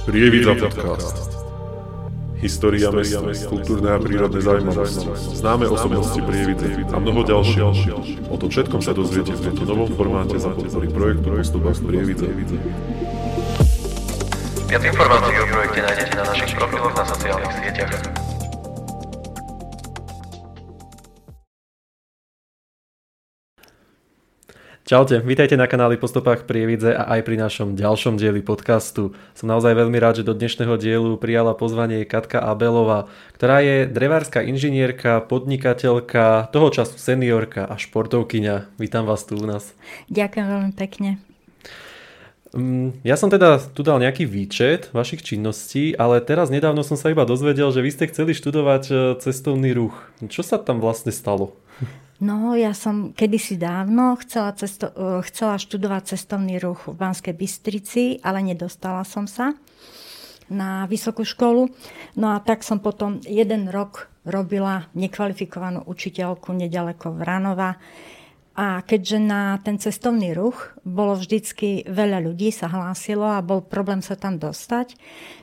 Prievidza podcast. História mesta, kultúrne a prírodné zaujímavosti, známe osobnosti Prievidze a mnoho ďalšieho. O tom všetkom sa dozviete v tomto novom formáte za podpory projektu Postupák Prievidze. Viac informácií o projekte nájdete na našich profiloch na sociálnych sieťach. Čaute, vítajte na kanáli Po stopách Prievidze a aj pri našom ďalšom dieli podcastu. Som naozaj veľmi rád, že do dnešného dielu prijala pozvanie Katka Abelová, ktorá je drevárska inžinierka, podnikateľka, toho času seniorka a športovkyňa. Vítam vás tu u nás. Ďakujem veľmi pekne. Ja som teda tu dal nejaký výčet vašich činností, ale teraz nedávno som sa iba dozvedel, že vy ste chceli študovať cestovný ruch. Čo sa tam vlastne stalo? No, ja som kedysi dávno chcela študovať cestovný ruch v Banskej Bystrici, ale nedostala som sa na vysokú školu. No a tak som potom 1 rok robila nekvalifikovanú učiteľku nedaleko Vranova. A keďže na ten cestovný ruch bolo vždycky veľa ľudí, sa hlásilo a bol problém sa tam dostať,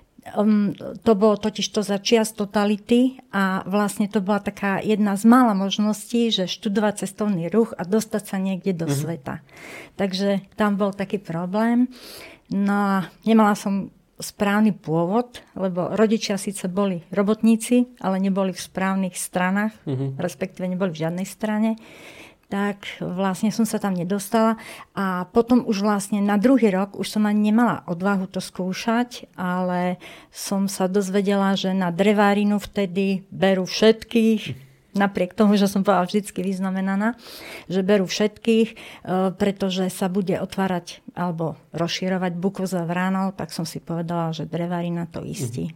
to bolo totiž to za čias totality a vlastne to bola taká jedna z mála možností, že študovať cestovný ruch a dostať sa niekde do sveta. Takže tam bol taký problém. No a nemala som správny pôvod, lebo rodičia síce boli robotníci, ale neboli v správnych stranách, respektíve neboli v žiadnej strane. Tak vlastne som sa tam nedostala a potom už vlastne na druhý rok už som ani nemala odvahu to skúšať, ale som sa dozvedela, že na drevárinu vtedy berú všetkých, napriek tomu, že som bola vždycky vyznamenaná, že berú všetkých, pretože sa bude otvárať alebo rozširovať Bukov za Vranov, tak som si povedala, že drevárina to istí.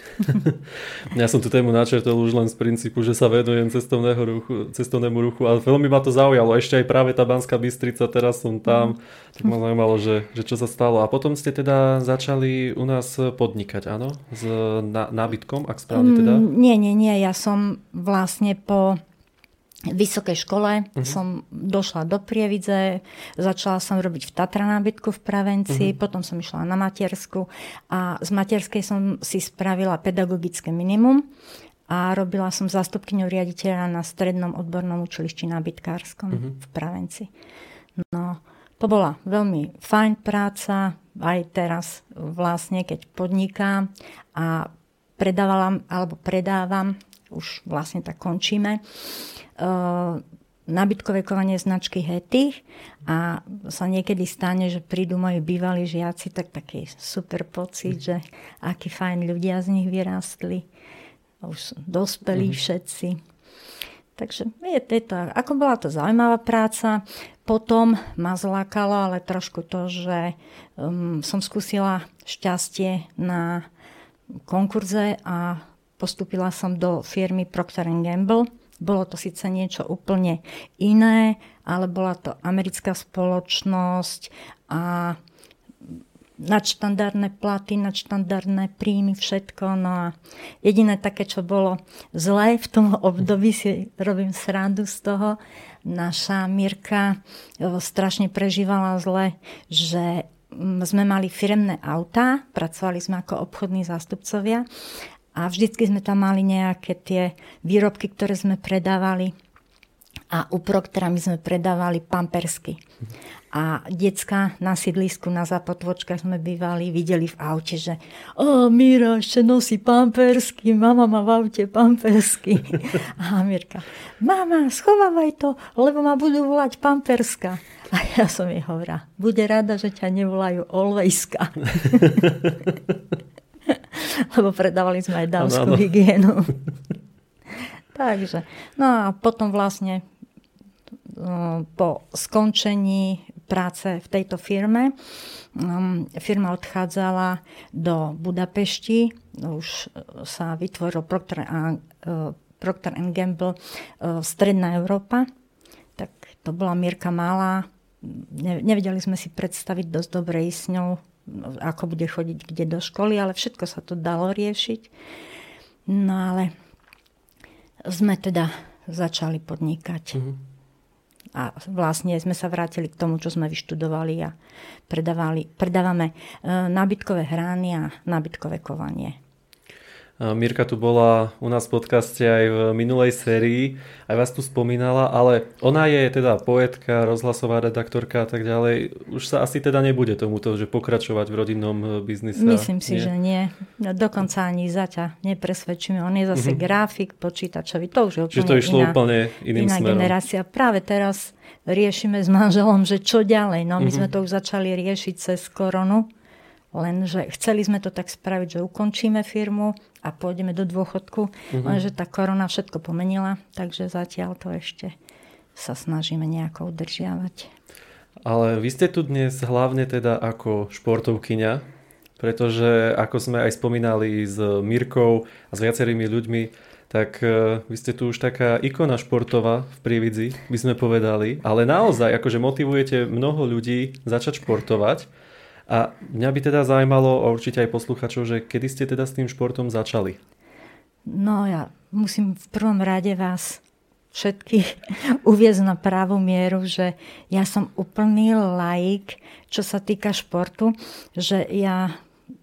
Ja som tú tému načrtol už len z princípu, že sa venujem cestovnému ruchu a veľmi ma to zaujalo. Ešte aj práve tá Banská Bystrica, teraz som tam, tak ma zaujímalo, že čo sa stalo. A potom ste teda začali u nás podnikať, áno? S nábytkom, ak správne teda? Nie. Ja som vlastne po vysokej škole som došla do Prievidze, začala som robiť v Tatra nábytku v Pravenci, potom som išla na matersku a z materskej som si spravila pedagogické minimum a robila som zástupkyňu riaditeľa na strednom odbornom učilišti nábytkárskom v Pravenci. No, to bola veľmi fajn práca, aj teraz vlastne, keď podnikám a predávam, už vlastne tak končíme, nábytkové kovanie značky Hettich a sa niekedy stane, že prídu moji bývalí žiaci, tak taký super pocit, že akí fajn ľudia z nich vyrástli. Už dospelí všetci. Takže je to, ako bola to zaujímavá práca. Potom ma zlákalo, ale trošku to, že som skúsila šťastie na konkurze a postúpila som do firmy Procter & Gamble. Bolo to síce niečo úplne iné, ale bola to americká spoločnosť a nadštandardné platy, nadštandardné príjmy, všetko. No a jediné také, čo bolo zlé v tom období, si robím srandu z toho, naša Mirka strašne prežívala zle, že sme mali firemné autá, pracovali sme ako obchodní zástupcovia a vždycky sme tam mali nejaké tie výrobky, ktoré sme predávali. A u Proctera my sme predávali pampersky. A decká na sídlisku, na Zápotvočkách sme bývali, videli v aute, že Míra ešte nosí pampersky, mama má v aute pampersky. A Mirka, mama, schovávaj to, lebo ma budú volať pamperska. A ja som jej hovorila, bude rada, že ťa nevolajú Alwayska. Lebo predávali sme aj dávskú hygienu. Takže, no a potom vlastne po skončení práce v tejto firme firma odchádzala do Budapešti, už sa vytvoril Procter & Gamble Stredná Európa, tak to bola Mirka malá, nevedeli sme si predstaviť dosť dobre ísť s ňou, ako bude chodiť kde do školy, ale všetko sa to dalo riešiť. No ale sme teda začali podnikať. A vlastne sme sa vrátili k tomu, čo sme vyštudovali a predávame nábytkové hrány a nábytkové kovanie. Mirka tu bola u nás v podcaste aj v minulej sérii, aj vás tu spomínala, ale ona je teda poetka, rozhlasová redaktorka a tak ďalej. Už sa asi teda nebude tomuto, že pokračovať v rodinnom biznise. Myslím si, že nie. Dokonca ani Zaťa nepresvedčíme. On je zase grafik, počítačový. To už je úplne Čiže to išlo úplne iným iná smerom. generácia. Práve teraz riešime s manželom, že čo ďalej. No, my sme to už začali riešiť cez koronu. Lenže chceli sme to tak spraviť, že ukončíme firmu a pôjdeme do dôchodku. Lenže tá korona všetko pomenila, takže zatiaľ to ešte sa snažíme nejako udržiavať. Ale vy ste tu dnes hlavne teda ako športovkyňa, pretože ako sme aj spomínali s Mirkou a s viacerými ľuďmi, tak vy ste tu už taká ikona športová v Prievidzi, by sme povedali. Ale naozaj, akože motivujete mnoho ľudí začať športovať. A mňa by teda zaujímalo, a určite aj posluchačov, že kedy ste teda s tým športom začali? No ja musím v prvom rade vás všetkých uviesť na pravú mieru, že ja som úplný laik, čo sa týka športu, že ja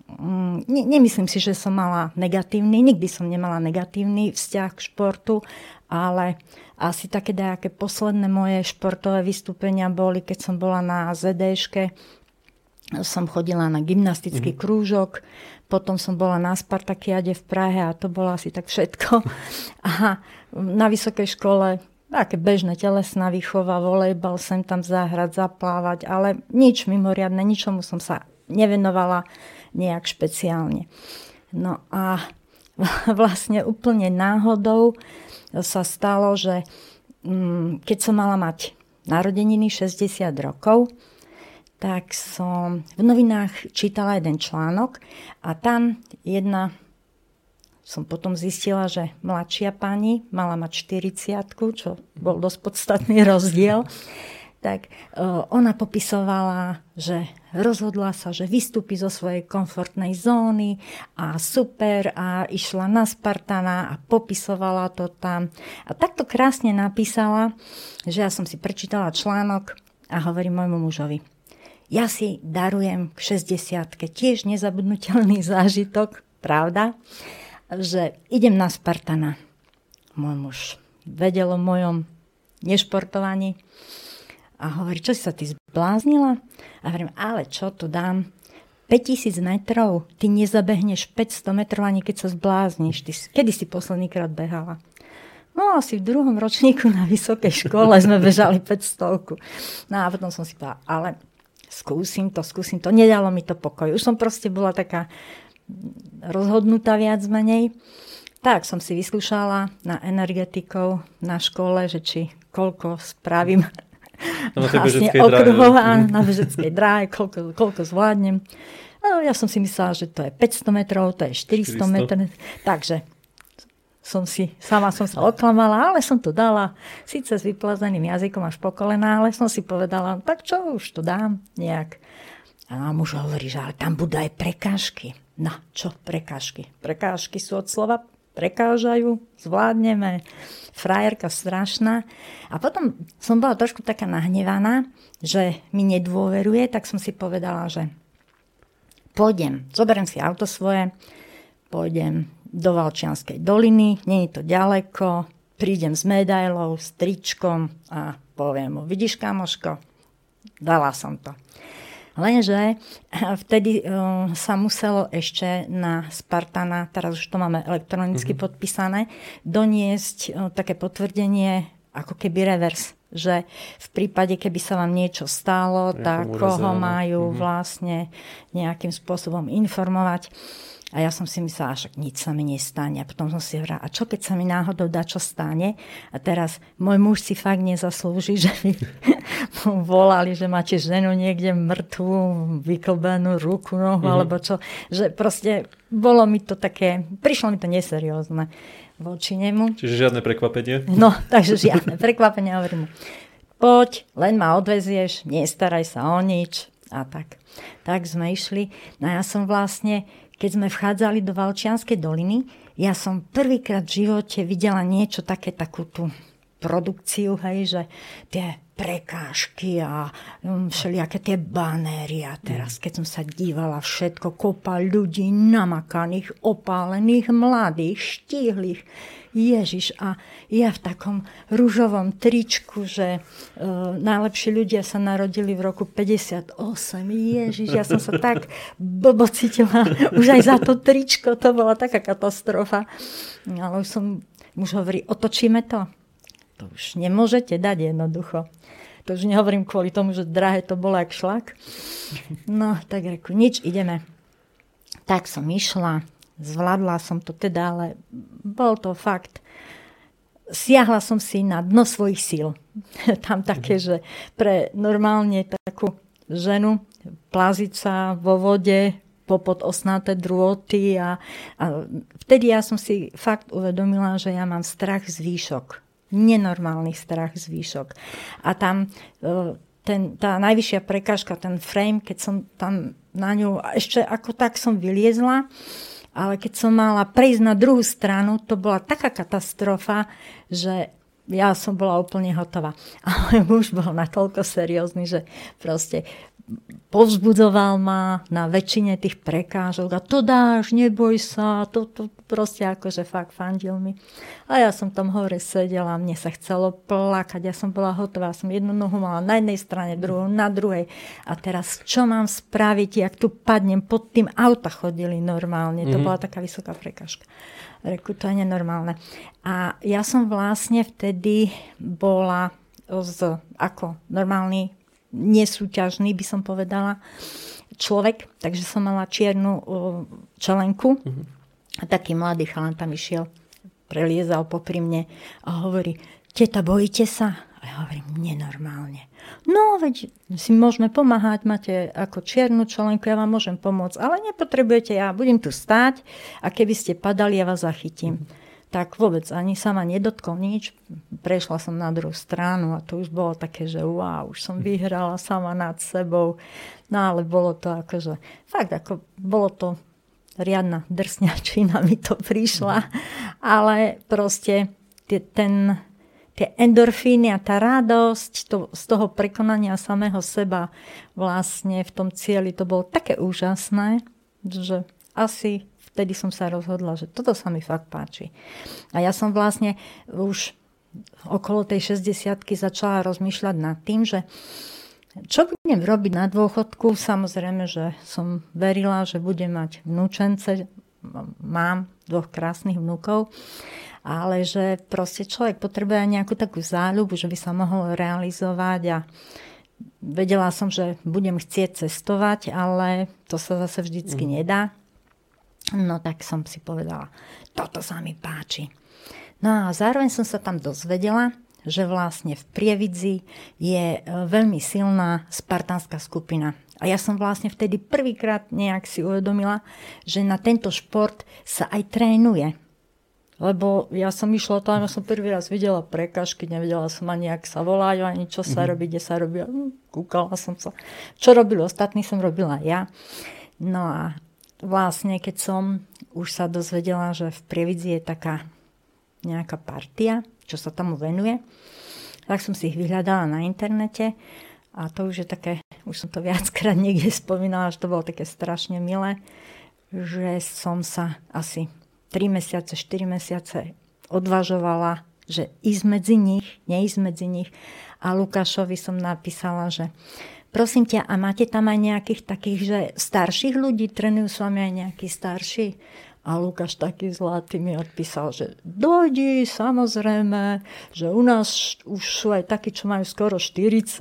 nemyslím si, že som mala negatívny, nikdy som nemala negatívny vzťah k športu, ale asi také nejaké posledné moje športové vystúpenia boli, keď som bola na ZDŠke. Som chodila na gymnastický krúžok, potom som bola na Spartakiade v Prahe a to bolo asi tak všetko. A na vysokej škole také bežné telesná výchova, volejbal, sem tam zahrať, zaplávať, ale nič mimoriadne, ničomu som sa nevenovala nejak špeciálne. No a vlastne úplne náhodou sa stalo, že keď som mala mať narodeniny 60 rokov, tak som v novinách čítala jeden článok a tam som potom zistila, že mladšia pani mala mať 40-ku, čo bol dosť podstatný rozdiel. Tak ona popisovala, že rozhodla sa, že vystúpi zo svojej komfortnej zóny a super a išla na Spartana a popisovala to tam. A takto krásne napísala, že ja som si prečítala článok a hovorím môjmu mužovi: ja si darujem k 60-ke tiež nezabudnutelný zážitok, pravda, že idem na Spartana. Môj muž vedel o mojom nešportovaní a hovorí: čo si sa ty zbláznila? A hovorím: ale čo to dám? 5000 metrov, ty nezabehneš 500 metrov ani keď sa zblázniš. Kedy si posledný krát behala? No asi v 2. ročníku na vysokej škole sme bežali 500. No a potom som si povedala, ale skúsim to, nedalo mi to pokoj. Už som proste bola taká rozhodnutá viac menej. Tak som si vyskúšala na energetikov na škole, že či koľko spravím vlastne okruhov na bežeckej dráhe, koľko zvládnem. No, ja som si myslela, že to je 500 metrov, to je 400 metrov. Takže sama som sa oklamala, ale som to dala. Síce s vyplazeným jazykom až po kolená, ale som si povedala, tak čo, už to dám nejak. A muž hovorí, že ale tam budú aj prekážky. No, čo prekážky? Prekážky sú od slova prekážajú, zvládneme, frajerka strašná. A potom som bola trošku taká nahnevaná, že mi nedôveruje, tak som si povedala, že zoberiem si auto svoje, pôjdem do Valčianskej doliny, nie je to ďaleko, prídem s medailou, s tričkom a poviem mu: vidíš, kamoško, dala som to. Lenže vtedy sa muselo ešte na Spartana, teraz už to máme elektronicky podpísané, doniesť také potvrdenie, ako keby revers, že v prípade, keby sa vám niečo stalo, tak koho majú vlastne nejakým spôsobom informovať. A ja som si myslela, však nič sa mi nestane. A potom som si hovorila, a čo keď sa mi náhodou dá čo stane? A teraz môj muž si fakt nezaslúži, že by mu volali, že máte ženu niekde mŕtvu, vyklbenú ruku, nohu, alebo čo. Že proste bolo mi to také, prišlo mi to neseriózne voči nemu. Čiže žiadne prekvapenie? No, takže žiadne prekvapenie. Hovorím mu: poď, len ma odvezieš, nestaraj sa o nič. A tak. Tak sme išli. No ja som vlastne, keď sme vchádzali do Valčianskej doliny, ja som prvýkrát v živote videla niečo také, takú tú produkciu, hej, že tie prekážky a všelijaké tie banéry. A teraz, keď som sa dívala, všetko kopa ľudí namakaných, opálených, mladých, štíhlych. Ježiš, a ja v takom ružovom tričku, že najlepší ľudia sa narodili v roku 58. Ježiš, ja som sa tak blbo cítila. Už aj za to tričko, to bola taká katastrofa. Ale už hovorí, otočíme to. To už nemôžete dať jednoducho. To už nehovorím kvôli tomu, že drahé to bolo jak šlak. No, tak reku, nič, ideme. Tak som išla. Zvládla som to teda, ale bol to fakt. Siahla som si na dno svojich síl. Tam také, že pre normálne takú ženu pláziť sa vo vode, popod osnaté drôty a vtedy ja som si fakt uvedomila, že ja mám strach z výšok. Nenormálny strach z výšok. A tam tá najvyššia prekážka, ten frame, keď som tam na ňu, ešte ako tak som vyliezla, ale keď som mala prejsť na druhú stranu, to bola taká katastrofa, že ja som bola úplne hotová. Ale muž bol natoľko seriózny, že proste povzbudzoval ma na väčšine tých prekážok a to dáš, neboj sa, to proste akože fakt fandil mi. A ja som tam hore sedela, mne sa chcelo plakať, ja som bola hotová, som jednu nohu mala na jednej strane, druhú na druhej. A teraz čo mám spraviť, jak tu padnem, pod tým auta chodili normálne, to bola taká vysoká prekážka. Reku, to je nenormálne. A ja som vlastne vtedy bola ako normálny nesúťažný, by som povedala, človek, takže som mala čiernu čelenku a taký mladý chalan tam išiel, preliezal popri mne a hovorí, teta, bojíte sa? A ja hovorím, nenormálne. No, veď si môžeme pomáhať, máte ako čiernu čelenku, ja vám môžem pomôcť, ale nepotrebujete, ja budem tu stáť a keby ste padali, ja vás zachytím. Tak vôbec ani sa ma nedotkol nič. Prešla som na druhú stranu a to už bolo také, že wow, už som vyhrala sama nad sebou. No ale bolo to akože, fakt ako, bolo to riadna drsňačina mi to prišla. Ale proste tie endorfíny a tá radosť z toho prekonania samého seba vlastne v tom cieli, to bolo také úžasné, že asi vtedy som sa rozhodla, že toto sa mi fakt páči. A ja som vlastne už okolo tej 60-ky začala rozmýšľať nad tým, že čo budem robiť na dôchodku. Samozrejme, že som verila, že budem mať vnúčence. Mám 2 krásnych vnúkov. Ale že proste človek potrebuje nejakú takú záľubu, že by sa mohol realizovať a vedela som, že budem chcieť cestovať, ale to sa zase vždycky nedá. No tak som si povedala, toto sa mi páči. No a zároveň som sa tam dozvedela, že vlastne v Prievidzi je veľmi silná spartánska skupina. A ja som vlastne vtedy prvýkrát nejak si uvedomila, že na tento šport sa aj trénuje. Lebo ja som išla tam, ja som prvý raz videla prekážky, nevedela som ani, jak sa volajú, ani čo sa robí, kde sa robí. Kúkala som sa. Čo robili ostatní, som robila ja. No a vlastne, keď som už sa dozvedela, že v Prievidzi je taká nejaká partia, čo sa tomu venuje, tak som si ich vyhľadala na internete a to už je také, už som to viackrát niekde spomínala, že to bolo také strašne milé, že som sa asi 3 mesiace, 4 mesiace odvažovala, že ísť medzi nich, neísť medzi nich a Lukášovi som napísala, že prosím ťa, a máte tam aj nejakých takých, že starších ľudí, trénujú s vami aj nejakí starší? A Lukáš taký zlatý mi odpísal, že dojdi, samozrejme, že u nás už sú aj takí, čo majú skoro 40.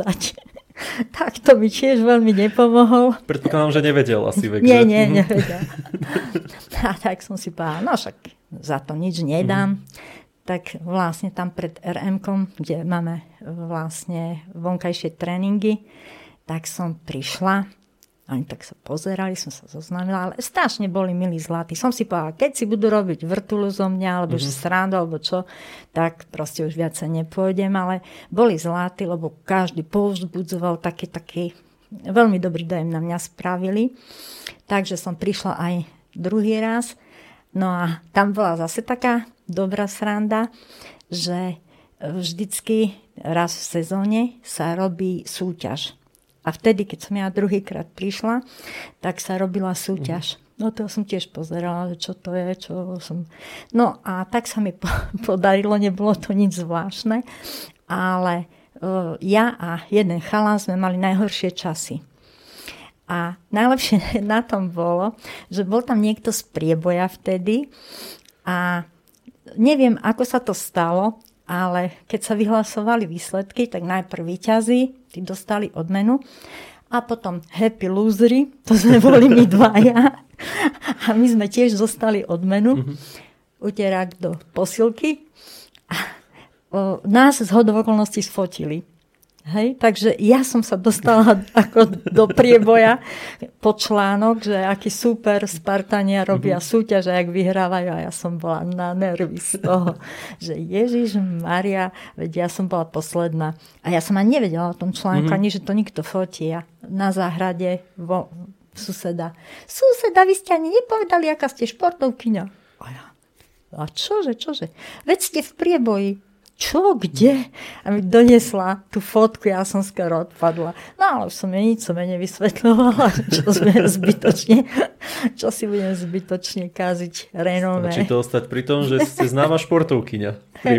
Tak to mi tiež veľmi nepomohol. Predpokladám, že nevedel asi vek, Nie, nevedel. A tak som si povedala, no však za to nič nedám. Tak vlastne tam pred RM-kom, kde máme vlastne vonkajšie tréningy, tak som prišla, oni tak sa pozerali, som sa zoznámila, ale strašne boli milí zlatí. Som si povedala, keď si budú robiť vrtulu zo mňa, alebo už srandu, alebo čo, tak proste už viacej nepôjdem, ale boli zlatí, lebo každý povzbudzoval taký veľmi dobrý dojem na mňa spravili. Takže som prišla aj druhý raz. No a tam bola zase taká dobrá sranda, že vždycky raz v sezóne sa robí súťaž. A vtedy, keď som ja druhýkrát prišla, tak sa robila súťaž. No to som tiež pozerala, čo to je, No a tak sa mi podarilo, nebolo to nič zvláštne, ale ja a jeden chalan sme mali najhoršie časy. A najlepšie na tom bolo, že bol tam niekto z prieboja vtedy a neviem, ako sa to stalo, ale keď sa vyhlasovali výsledky, tak najprv víťazi, tí dostali odmenu a potom happy losery, to sme boli my dvaja a my sme tiež dostali odmenu, uterák do posilky a nás z hodou okolností sfotili. Hej, takže ja som sa dostala ako do prieboja po článok, že aký super Spartania robia súťaž a jak vyhrávajú a ja som bola na nervy z toho, že Ježiš Maria, veď ja som bola posledná. A ja som ani nevedela o tom článku, ani že to nikto fotí. A na záhrade suseda, vy ste ani nepovedali, aká ste športovkyňa. A ja, a čože? Veď ste v prieboji. Čo, kde? A mi doniesla tú fotku, ja som skoro odpadla. No ale už som jej nič nevysvetľovala, čo si budem zbytočne káziť renome. Stačí to ostať pri tom, že ste známa športovkyňa.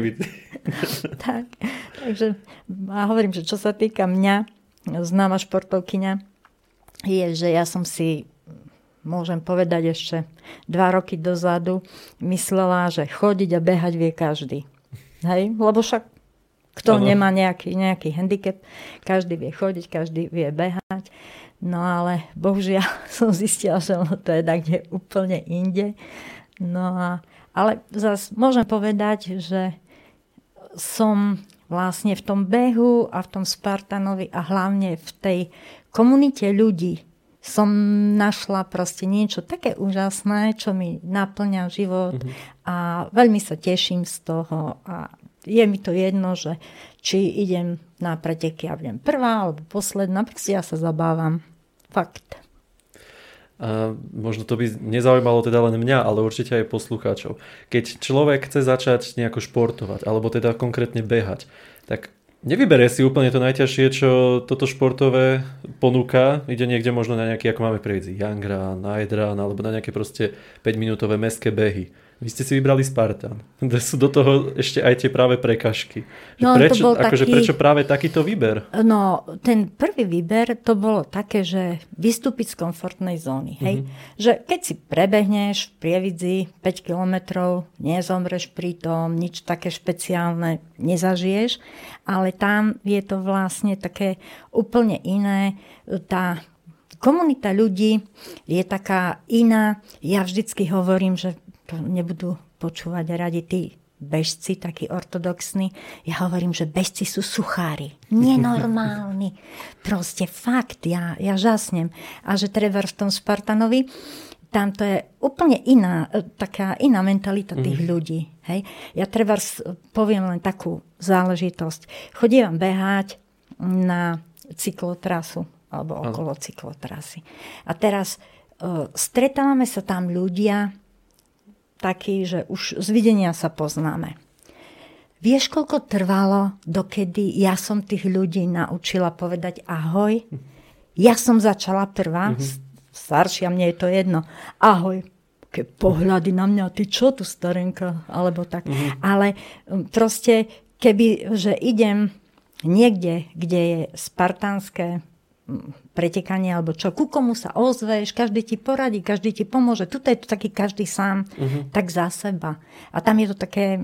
Tak, takže a hovorím, že čo sa týka mňa, známa športovkyňa, je, že ja som si, môžem povedať ešte 2 roky dozadu, myslela, že chodiť a behať vie každý. Hej, lebo však kto nemá nejaký handicap, každý vie chodiť, každý vie behať. No ale bohužiaľ som zistila, že to je tak úplne inde. No ale zase môžem povedať, že som vlastne v tom behu a v tom Spartanovi a hlavne v tej komunite ľudí som našla proste niečo také úžasné, čo mi naplňa život a veľmi sa teším z toho a je mi to jedno, že či idem na preteky, ja budem prvá alebo posledná, proste ja sa zabávam. Fakt. A možno to by nezaujímalo teda len mňa, ale určite aj poslucháčov. Keď človek chce začať nejako športovať, alebo teda konkrétne behať, tak nevyberie si úplne to najťažšie, čo toto športové ponúka. Ide niekde možno na nejaké, ako máme prejsť, Young Run, Night Run, alebo na nejaké proste 5-minútové mestské behy. Vy ste si vybrali Spartan. Kde sú do toho ešte aj tie práve prekažky. No, prečo práve takýto výber? No, ten prvý výber to bolo také, že vystúpiť z komfortnej zóny. Hej? Že keď si prebehneš v Prievidzi 5 kilometrov, nezomreš pri tom, nič také špeciálne nezažiješ, ale tam je to vlastne také úplne iné. Tá komunita ľudí je taká iná. Ja vždycky hovorím, že to nebudú počúvať radi tí bežci, takí ortodoxní. Ja hovorím, že bežci sú suchári. Nenormálni. Proste fakt, ja žasnem. A že treba v tom Spartanovi, tam to je úplne iná, taká iná mentalita tých ľudí. Hej? Ja treba poviem len takú záležitosť. Chodím behať na cyklotrasu alebo okolo cyklotrasy. A teraz stretávame sa tam ľudia taký, že už z videnia sa poznáme. Vieš, koľko trvalo, dokedy ja som tých ľudí naučila povedať ahoj? Ja som začala prvá, staršia, mne je to jedno. Ahoj, keď pohľady na mňa, ty čo tu, starenka? Alebo tak. Ale proste, keby, že idem niekde, kde je spartánske pretekanie alebo čo, ku komu sa ozveš, každý ti poradí, každý ti pomôže. Tuto je to taký každý sám, tak za seba. A tam je to také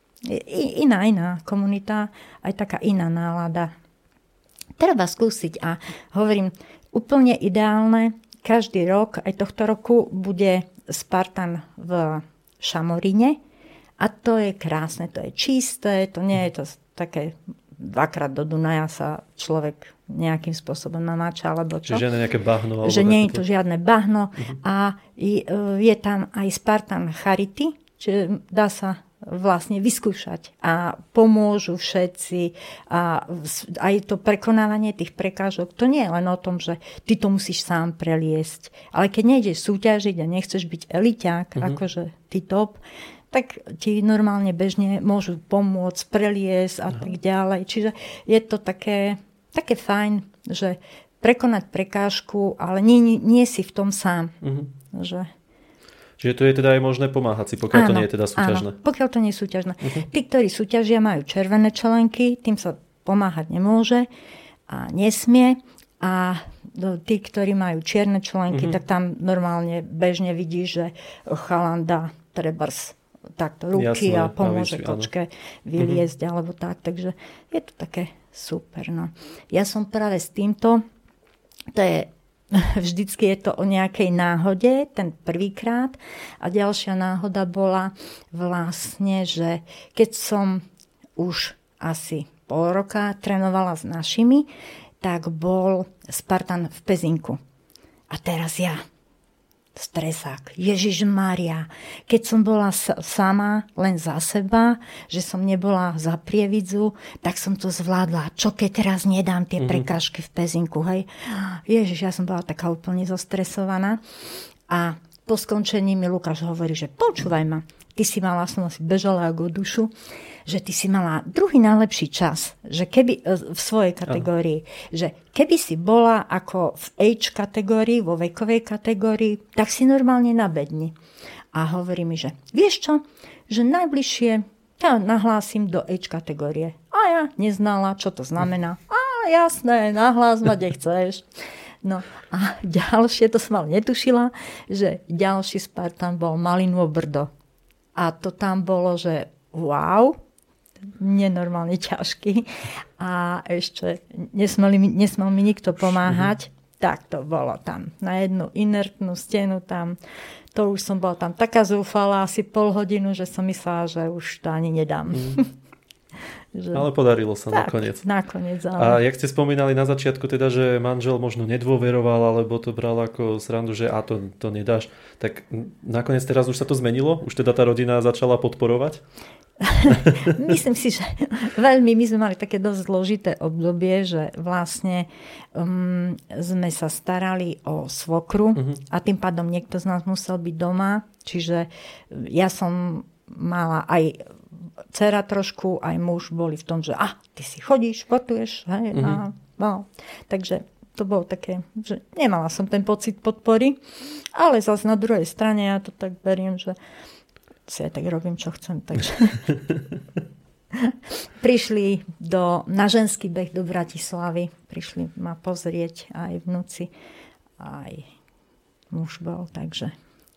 iná komunita, aj taká iná nálada. Treba skúsiť a hovorím, úplne ideálne, každý rok, aj tohto roku bude Spartan v Šamoríne a to je krásne, to je čisté, to nie je to také 2-krát do Dunaja sa človek nejakým spôsobom namáča, alebo čo. Čiže žiadne nejaké bahno. Že nie je to žiadne bahno. A je tam aj Spartan Charity, čiže dá sa vlastne vyskúšať a pomôžu všetci a aj to prekonávanie tých prekážok, to nie je len o tom, že ty to musíš sám preliesť, ale keď nejdeš súťažiť a nechceš byť eliťák, akože ty top, tak ti normálne bežne môžu pomôcť, preliesť a tak ďalej. Čiže je to také fajn, že prekonať prekážku, ale nie si v tom sám. Čiže to je teda aj možné pomáhať si, pokiaľ to nie je teda súťažné. Áno, pokiaľ to nie je súťažné. Tí, ktorí súťažia, majú červené čelenky, tým sa pomáhať nemôže a nesmie. A tí, ktorí majú čierne členky, tak tam normálne bežne vidíš, že chalan dá trebárs takto ruky a pomôže kočke vyliezť alebo tak. Takže je to také super. No. Ja som práve s týmto, vždycky je to o nejakej náhode, ten prvýkrát. A ďalšia náhoda bola vlastne, že keď som už asi pol roka trénovala s našimi, tak bol Spartan v Pezinku. A teraz ja, stresák, Ježišmária, keď som bola sama, len za seba, že som nebola za prievidzu, tak som to zvládla. Čo keď teraz nedám tie prekážky v Pezinku, hej? Ježiš, ja som bola taká úplne zostresovaná. A po skončení mi Lukáš hovorí, že počúvaj ma, ty si mala, som asi bežala ako dušu, že ty si mala druhý najlepší čas, že keby v svojej kategórii, že keby si bola ako v Age kategórii, vo vekovej kategórii, tak si normálne nabedni. A hovorí mi, že vieš čo, že najbližšie ja nahlásim do Age kategórie. A ja neznala, čo to znamená. A jasné, nahlás ma, kde chceš. No a ďalšie, to som ale netušila, že ďalší Spartan bol Malinovo Brdo. A to tam bolo, že wow, nenormálne ťažký. A ešte nesmel mi nikto pomáhať. Tak to bolo tam. Na jednu inertnú stenu tam. To už som bola tam taká zúfala, asi pol hodinu, že som myslela, že už to ani nedám. Ale podarilo sa tak, nakoniec. Nakoniec, ale... A jak ste spomínali na začiatku, teda, že manžel možno nedôveroval, alebo to bral ako srandu, že to nedáš, tak nakoniec teraz už sa to zmenilo? Už teda tá rodina začala podporovať? Myslím si, že veľmi, my sme mali také dosť zložité obdobie, že vlastne sme sa starali o svokru a tým pádom niekto z nás musel byť doma. Čiže ja som mala aj dcera trošku, aj muž boli v tom, že ty si chodíš, športuješ. Hej, no. Takže to bolo také, že nemala som ten pocit podpory, ale zase na druhej strane ja to tak beriem, že si aj tak robím, čo chcem. Takže prišli na ženský beh do Bratislavy, prišli ma pozrieť aj vnúci, aj muž bol, takže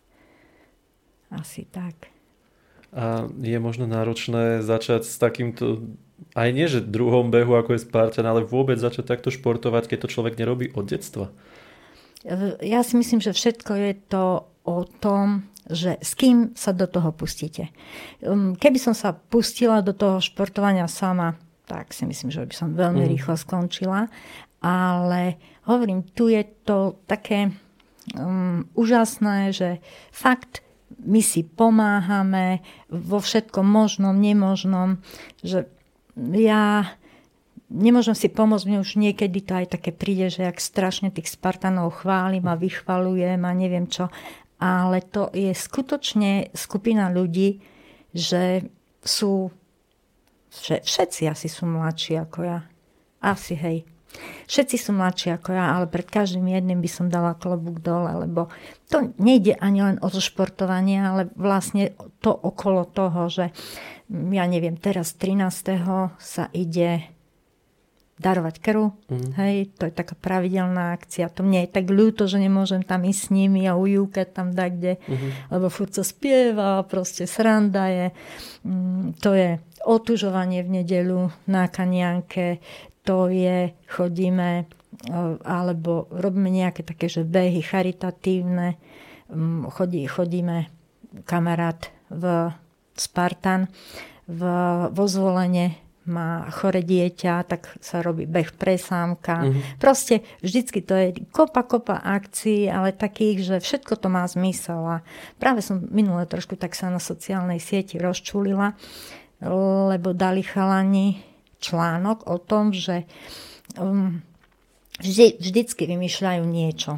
asi tak. A je možno náročné začať s takýmto, aj nie že druhom behu, ako je Spartan, ale vôbec začať takto športovať, keď to človek nerobí od detstva? Ja si myslím, že všetko je to o tom, že s kým sa do toho pustíte. Keby som sa pustila do toho športovania sama, tak si myslím, že by som veľmi rýchlo skončila. Ale hovorím, tu je to také úžasné, že fakt my si pomáhame vo všetkom možnom, nemožnom, že ja nemôžem si pomôcť, mne už niekedy to aj také príde, že jak strašne tých Spartanov chválim a vychvalujem a neviem čo, ale to je skutočne skupina ľudí, že sú všetci asi sú mladší ako ja. Asi hej. Všetci sú mladší ako ja, ale pred každým jedným by som dala klobúk dole, lebo to nejde ani len o to športovanie, ale vlastne to okolo toho, že ja neviem, teraz 13. sa ide darovať krv. Hej, to je taká pravidelná akcia. To mne je tak ľúto, že nemôžem tam ísť s nimi a ujúkať tam dakde, lebo furt sa spieva, proste sranda je. To je otužovanie v nedeľu na Kanianke, to je, chodíme, alebo robíme nejaké také, že behy charitatívne, chodíme kamarát v Spartan, vo Zvolene má chore dieťa, tak sa robí beh presámka. Proste vždycky to je kopa akcií, ale takých, že všetko to má zmysel. A práve som minule trošku tak sa na sociálnej sieti rozčulila, lebo dali chalani článok o tom, že vždycky vymýšľajú niečo.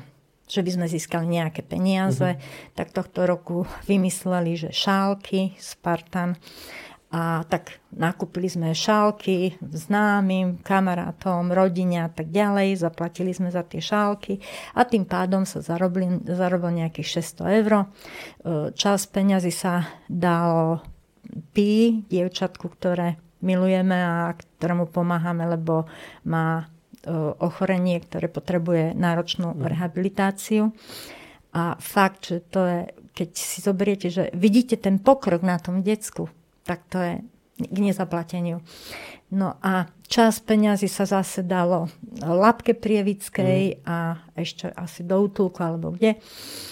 že by sme získali nejaké peniaze, tak tohto roku vymysleli, že šálky Spartan. A tak nakúpili sme šálky známym, kamarátom, rodine a tak ďalej. Zaplatili sme za tie šálky a tým pádom sa zarobil nejakých 600 €. Časť peňazí sa dalo dievčatku, ktoré milujeme a ktorému pomáhame, lebo má ochorenie, ktoré potrebuje náročnú rehabilitáciu. A fakt, že to je, keď si zoberiete, že vidíte ten pokrok na tom decku, tak to je k nezaplateniu. No a časť peňazí sa zase dalo Labke Prievickej a ešte asi do útulku alebo kde.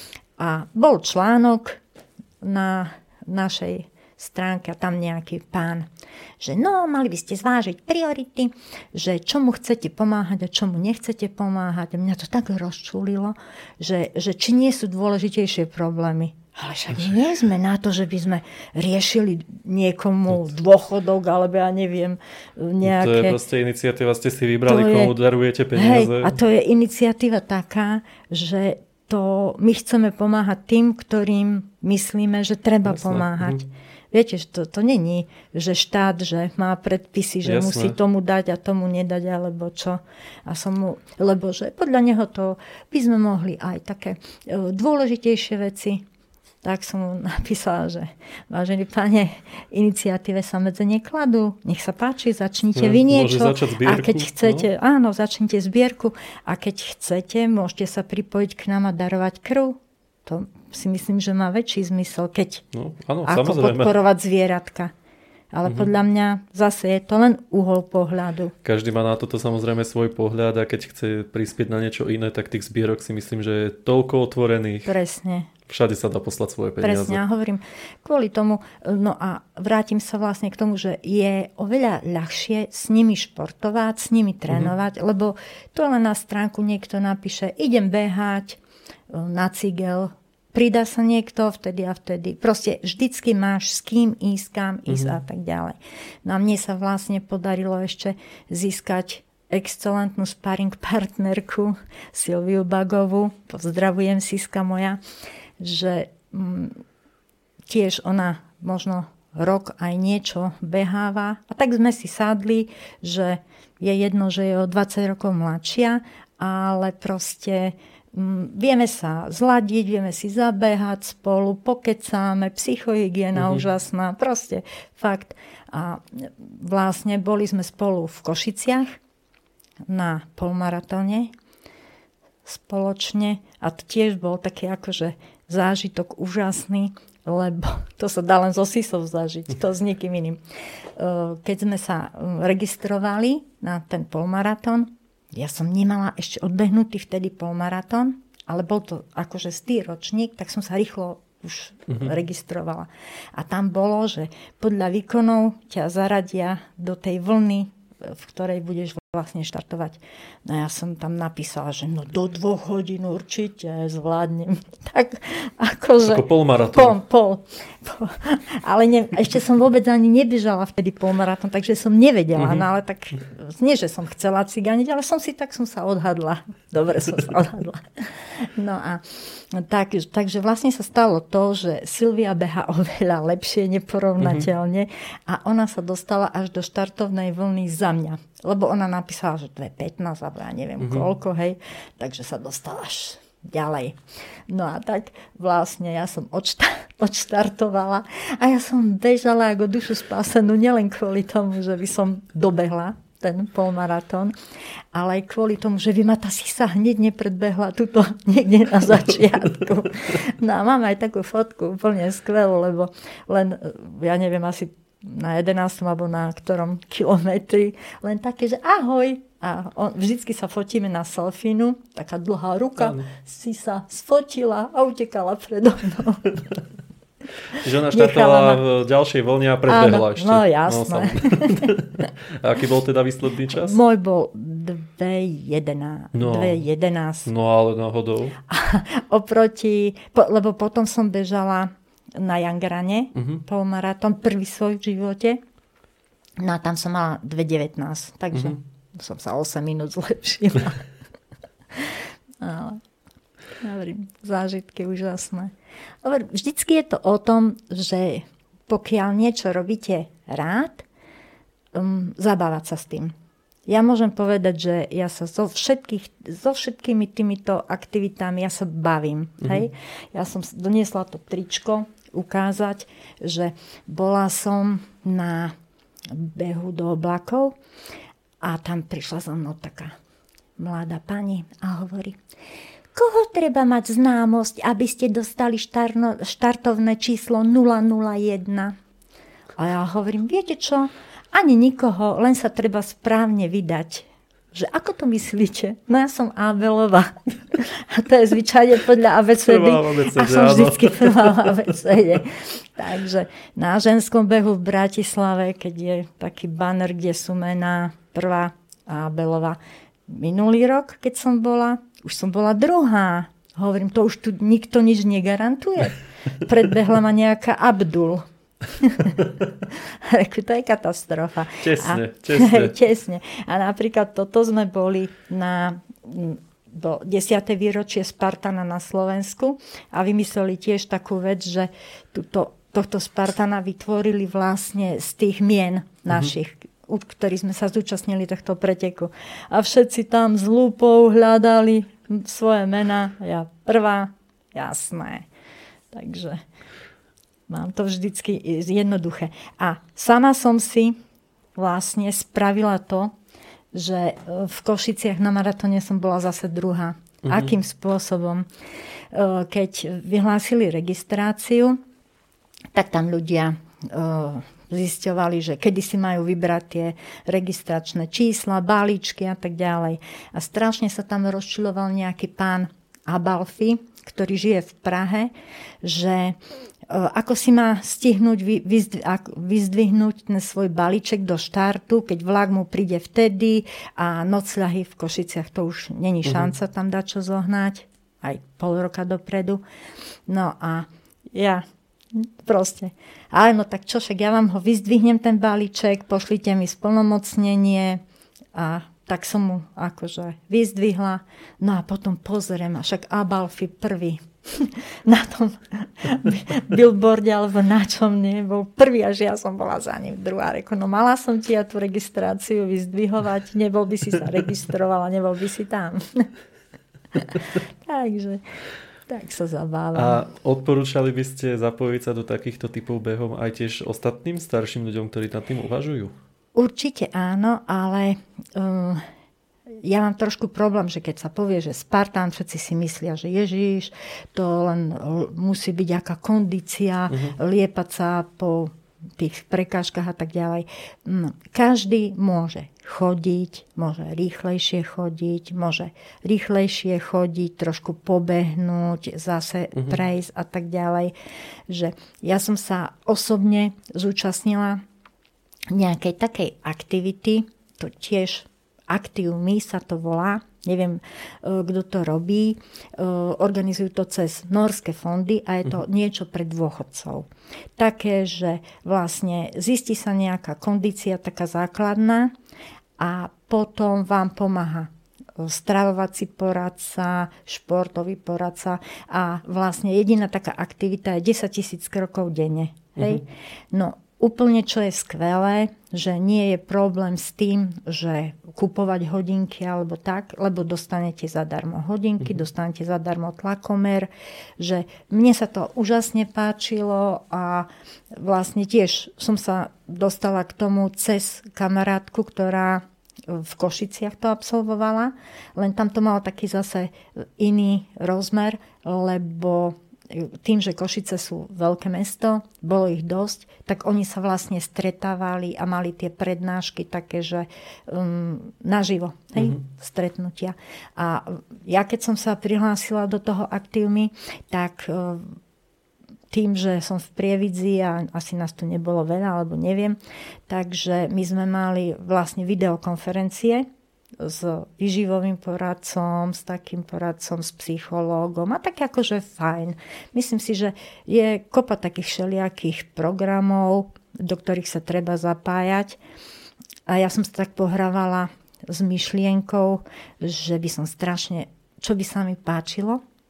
A bol článok na našej stránke a tam nejaký pán, že no, mali by ste zvážiť priority, že čomu chcete pomáhať a čomu nechcete pomáhať. A mňa to tak rozčulilo, že či nie sú dôležitejšie problémy. Ale však nie sme na to, že by sme riešili niekomu dôchodok, alebo ja neviem, nejaké... To je proste iniciatíva, ste si vybrali, komu darujete peniaze. Hej, a to je iniciatíva taká, že to my chceme pomáhať tým, ktorým myslíme, že treba pomáhať. Viete, že to není, že štát, že má predpisy, že musí tomu dať a tomu nedať, alebo čo. Lebo že podľa neho to by sme mohli aj také dôležitejšie veci. Tak som mu napísala, že vážený pane, iniciatíve sa medze nekladú. Nech sa páči, začnite vy niečo. A keď chcete, áno, začnite zbierku. A keď chcete, môžete sa pripojiť k nám a darovať krv. To si myslím, že má väčší zmysel, keď ako podporovať zvieratka. Ale podľa mňa zase je to len uhol pohľadu. Každý má na toto samozrejme svoj pohľad a keď chce prispieť na niečo iné, tak tých zbierok si myslím, že je toľko otvorených. Presne. Všade sa dá poslať svoje peniaze. Presne, ja hovorím kvôli tomu, no a vrátim sa vlastne k tomu, že je oveľa ľahšie s nimi športovať, s nimi trénovať, lebo to len na stránku niekto napíše, idem behať na cigel, pridá sa niekto vtedy a vtedy. Proste vždycky máš s kým ísť, kam ísť a tak ďalej. No a mne sa vlastne podarilo ešte získať excelentnú sparring partnerku Silviu Bagovú. Pozdravujem, Siska moja, že tiež ona možno rok aj niečo beháva. A tak sme si sadli, že je jedno, že je o 20 rokov mladšia, ale proste vieme sa zladiť, vieme si zabehať spolu, pokecáme, psychohygiena úžasná, proste fakt. A vlastne boli sme spolu v Košiciach na polmaratóne spoločne a to tiež bol taký akože zážitok úžasný, lebo to sa dá len so Sisou zažiť, to s nikým iným. Keď sme sa registrovali na ten polmaratón, ja som nemala ešte odbehnutý vtedy polmaratón, ale bol to akože stý ročník, tak som sa rýchlo už registrovala. A tam bolo, že podľa výkonov ťa zaradia do tej vlny, v ktorej budeš vlastne štartovať. No ja som tam napísala, že no do 2 hodín určite zvládnem. Tak akože... Ako polmaratón. Ale ešte som vôbec ani nebežala vtedy polmaratón, takže som nevedela. No ale tak nie, že som chcela cigániť, ale som sa odhadla. Dobre som sa odhadla. No a takže vlastne sa stalo to, že Silvia beha oveľa lepšie, neporovnateľne a ona sa dostala až do štartovnej vlny za mňa. Lebo ona napísala, že 2.15 alebo ja neviem koľko, hej. Takže sa dostala až ďalej. No a tak vlastne ja som odštartovala a ja som bežala ako dušu spásenú, nielen kvôli tomu, že by som dobehla ten polmaratón, ale aj kvôli tomu, že by ma tá Sisa hneď nepredbehla tuto niekde na začiatku. No a mám aj takú fotku úplne skvelú, lebo len, ja neviem, asi na 11. alebo na ktorom kilometri, len také, že ahoj. A vždycky sa fotíme na selfinu, taká dlhá ruka, si sa sfotila a utekala predo mnou. Čiže ona štartovala v ďalšej vlne a predbehla ešte. No jasné. A aký bol teda výsledný čas? Môj bol 2.11. No ale náhodou. Lebo potom som bežala na Jangrane, polmaratón, prvý svoj v živote. No a tam som mala 2.19, takže som sa 8 minút zlepšila. Zážitky úžasné. Vždycky je to o tom, že pokiaľ niečo robíte rád, zabávať sa s tým. Ja môžem povedať, že ja sa so všetkými týmito aktivitami ja sa bavím. Hej? Ja som doniesla to tričko ukázať, že bola som na behu do oblakov a tam prišla za mnou taká mladá pani a hovorí: koho treba mať známosť, aby ste dostali štartovné číslo 001? A ja hovorím: viete čo? Ani nikoho, len sa treba správne vydať. Že ako to myslíte? No ja som Abelová. A to je zvyčajne podľa abecedy. A som vždycky prvá abecede. Takže na ženskom behu v Bratislave, keď je taký banner, kde sú mená prvá Abelová. Minulý rok, keď som bola, už som bola druhá. Hovorím, to už tu nikto nič negarantuje. Predbehla ma nejaká Abdul. To je katastrofa. Tesne. A napríklad toto sme boli do 10. výročie Spartana na Slovensku a vymysleli tiež takú vec, že tohto Spartana vytvorili vlastne z tých mien našich, ktorí sme sa zúčastnili tohto preteku. A všetci tam s lúpou hľadali svoje mená. Ja prvá, jasné. Takže mám to vždycky jednoduché. A sama som si vlastne spravila to, že v Košiciach na maratóne som bola zase druhá. Akým spôsobom? Keď vyhlásili registráciu, tak tam ľudia zisťovali, že kedy si majú vybrať tie registračné čísla, balíčky a tak ďalej. A strašne sa tam rozčiloval nejaký pán Abalfi, ktorý žije v Prahe, že ako si má stihnúť vyzdvihnúť ten svoj balíček do štartu, keď vlak mu príde vtedy a nocľahy v Košiciach, to už není šanca tam dať čo zohnať, aj pol roka dopredu. No a ja proste, ale no tak čo, však ja vám ho vyzdvihnem ten balíček, pošlite mi splnomocnenie a tak som mu akože vyzdvihla. No a potom pozriem, a však Abalfi prvý na tom billboarde alebo na čom nie, bol prvý, až ja som bola za ním druhá. Reku, no mala som ti ja tú registráciu vyzdvihovať, nebol by si sa registrovala, nebol by si tam. Takže tak sa zabávam. A odporúčali by ste zapojiť sa do takýchto typov behov aj tiež ostatným starším ľuďom, ktorí nad tým uvažujú? Určite áno, ale ja mám trošku problém, že keď sa povie, že Spartan, všetci si myslia, že Ježiš, to len musí byť aká kondícia, liepať sa po tých prekážkach a tak ďalej. Každý môže chodiť, môže rýchlejšie chodiť, trošku pobehnúť, zase prejsť a tak ďalej. Že ja som sa osobne zúčastnila nejakej takej aktivity, to tiež Active Me sa to volá, neviem, kto to robí, organizujú to cez norské fondy a je to niečo pre dôchodcov. Také, že vlastne zistí sa nejaká kondícia, taká základná a potom vám pomáha stravovací poradca, športový poradca a vlastne jediná taká aktivita je 10 000 krokov denne. Hej? No, úplne čo je skvelé, že nie je problém s tým, že kupovať hodinky alebo tak, lebo dostanete zadarmo hodinky, dostanete zadarmo tlakomer, že mne sa to úžasne páčilo a vlastne tiež som sa dostala k tomu cez kamarátku, ktorá v Košiciach to absolvovala, len tam to malo taký zase iný rozmer, lebo tým, že Košice sú veľké mesto, bolo ich dosť, tak oni sa vlastne stretávali a mali tie prednášky také, že naživo, stretnutia. A ja keď som sa prihlásila do toho Active Me, tak tým, že som v Prievidzi a asi nás tu nebolo veľa, alebo neviem, takže my sme mali vlastne videokonferencie s výživovým poradcom, s takým poradcom, s psychológom a tak akože fajn. Myslím si, že je kopa takých všelijakých programov, do ktorých sa treba zapájať a ja som sa tak pohrávala s myšlienkou, že by som strašne, čo by sa mi páčilo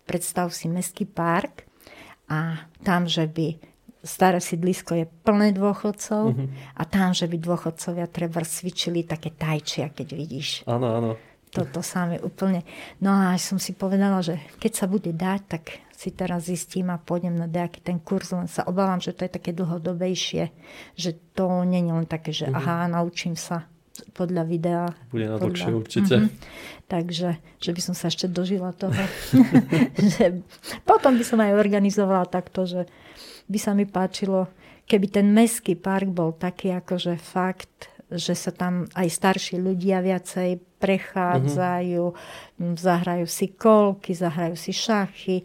predstav si mestský park a tam, že by staré sídlisko je plné dôchodcov a tam, že by dôchodcovia treba cvičili také tajčia, keď vidíš. Áno. Toto sa mi úplne... No a som si povedala, že keď sa bude dať, tak si teraz zistím a pôjdem na nejaký ten kurz, len sa obávam, že to je také dlhodobejšie, že to nie je len také, že naučím sa podľa videa. Bude na dlhšie určite. Takže, že by som sa ešte dožila toho. Že potom by som aj organizovala takto, že by sa mi páčilo, keby ten mestský park bol taký, akože fakt, že sa tam aj starší ľudia viacej prechádzajú, zahrajú si kolky, zahrajú si šachy,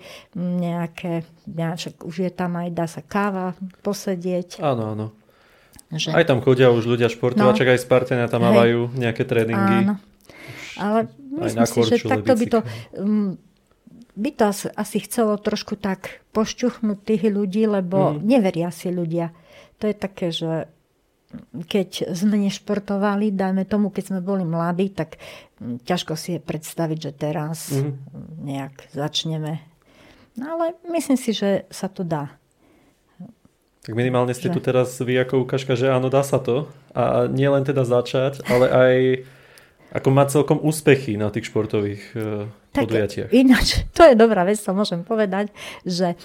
už je tam aj, dá sa káva posedieť. Áno. Že... Aj tam chodia už ľudia športovať, čak aj Spartania tam mávajú nejaké tréningy. Áno. Ale myslím si, že takto by to asi chcelo trošku tak pošťuchnúť tých ľudí, lebo neveria si ľudia. To je také, že keď sme nešportovali, dajme tomu, keď sme boli mladí, tak ťažko si je predstaviť, že teraz nejak začneme. No ale myslím si, že sa to dá. Tak minimálne ste tu teraz vy ako ukážka, že áno, dá sa to. A nie len teda začať, ale aj ako mať celkom úspechy na tých športových podujatiach. Ináč, to je dobrá vec, to môžem povedať, že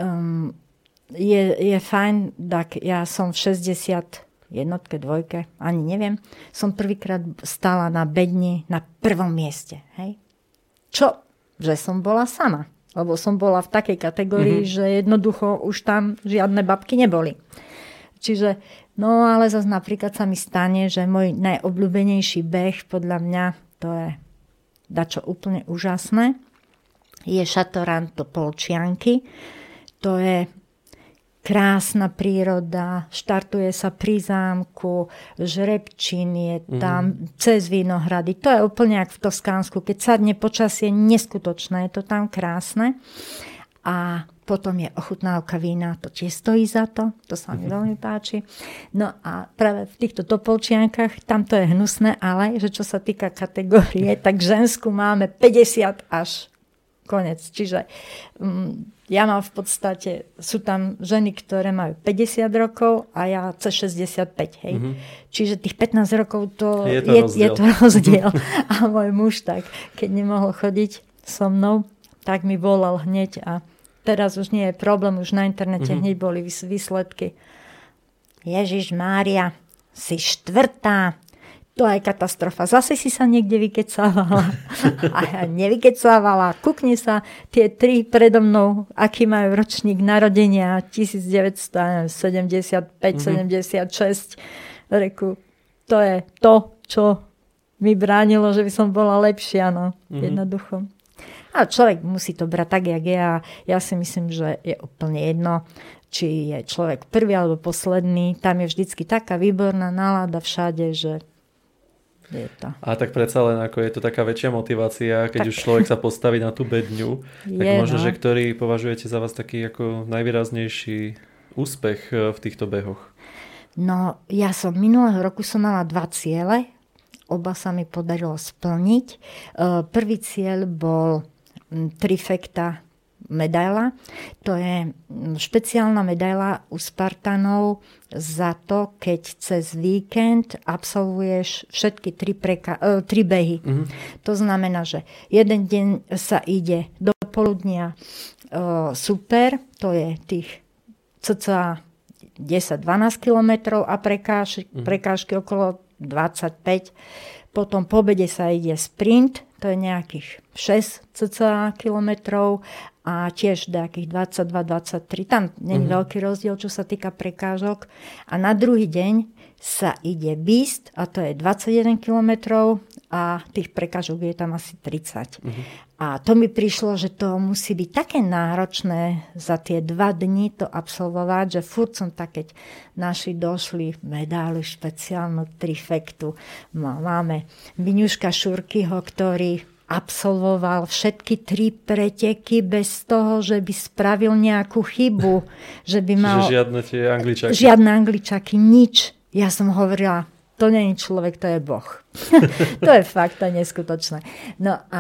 je fajn, tak ja som v 60 jednotke, dvojke, ani neviem, som prvýkrát stála na bedni na prvom mieste. Hej? Čo? Že som bola sama. Lebo som bola v takej kategórii, že jednoducho už tam žiadne babky neboli. Čiže, no ale zase napríklad sa mi stane, že môj najobľúbenejší beh, podľa mňa, to je dačo úplne úžasné, je Šatorán do Polčianky. To je krásna príroda, štartuje sa pri zámku, Žrebčín je tam, cez Vinohrady. To je úplne jak v Toskánsku. Keď sadne počasie, neskutočné, je to tam krásne. A potom je ochutnávka vína, to tiež stojí za to sa mi veľmi páči. No a práve v týchto Topolčiankach, tam to je hnusné, ale že čo sa týka kategórie, tak žensku máme 50 až konec. Čiže ja mám v podstate, sú tam ženy, ktoré majú 50 rokov a ja cez 65, hej. Čiže tých 15 rokov je to rozdiel. A môj muž tak, keď nemohol chodiť so mnou, tak mi volal hneď a teraz už nie je problém, už na internete hneď boli výsledky. Ježiš Mária, si štvrtá. To je katastrofa. Zase si sa niekde vykecávala. A ja nevykecávala. Kukni sa tie tri predo mnou, aký majú ročník narodenia 1975, 76. Reku, to je to, čo mi bránilo, že by som bola lepšia. No. Jednoducho. A človek musí to brať tak, jak je. A ja si myslím, že je úplne jedno, či je človek prvý alebo posledný. Tam je vždycky taká výborná nálada všade, že je to. A tak predsa len ako je to taká väčšia motivácia, keď už človek sa postaví na tú bedňu, tak možno, že ktorý považujete za vás taký ako najvýraznejší úspech v týchto behoch? No, ja som minulého roku mala 2 ciele, oba sa mi podarilo splniť. Prvý cieľ bol trifekta medaila. To je špeciálna medaila u Spartanov za to, keď cez víkend absolvuješ všetky 3 behy. To znamená, že jeden deň sa ide do poludnia super, to je tých cca 10-12 kilometrov a prekážky okolo 25. Potom po obede sa ide sprint, to je nejakých 6 cca kilometrov a tiež nejakých 22-23. Tam nie je veľký rozdiel, čo sa týka prekážok. A na druhý deň sa ide Beast a to je 21 kilometrov a tých prekážok je tam asi 30. A to mi prišlo, že to musí byť také náročné za tie 2 dni to absolvovať, že furt som tak, keď naši došli medailu špeciálnu trifektu. Máme Miňuška Šurkyho, ktorý absolvoval všetky 3 preteky bez toho, že by spravil nejakú chybu. Že by mal... Čiže žiadne tie Angličaky. Žiadne Angličaky, nič. Ja som hovorila, to nie je človek, to je Boh. To je fakt, to je neskutočné. No a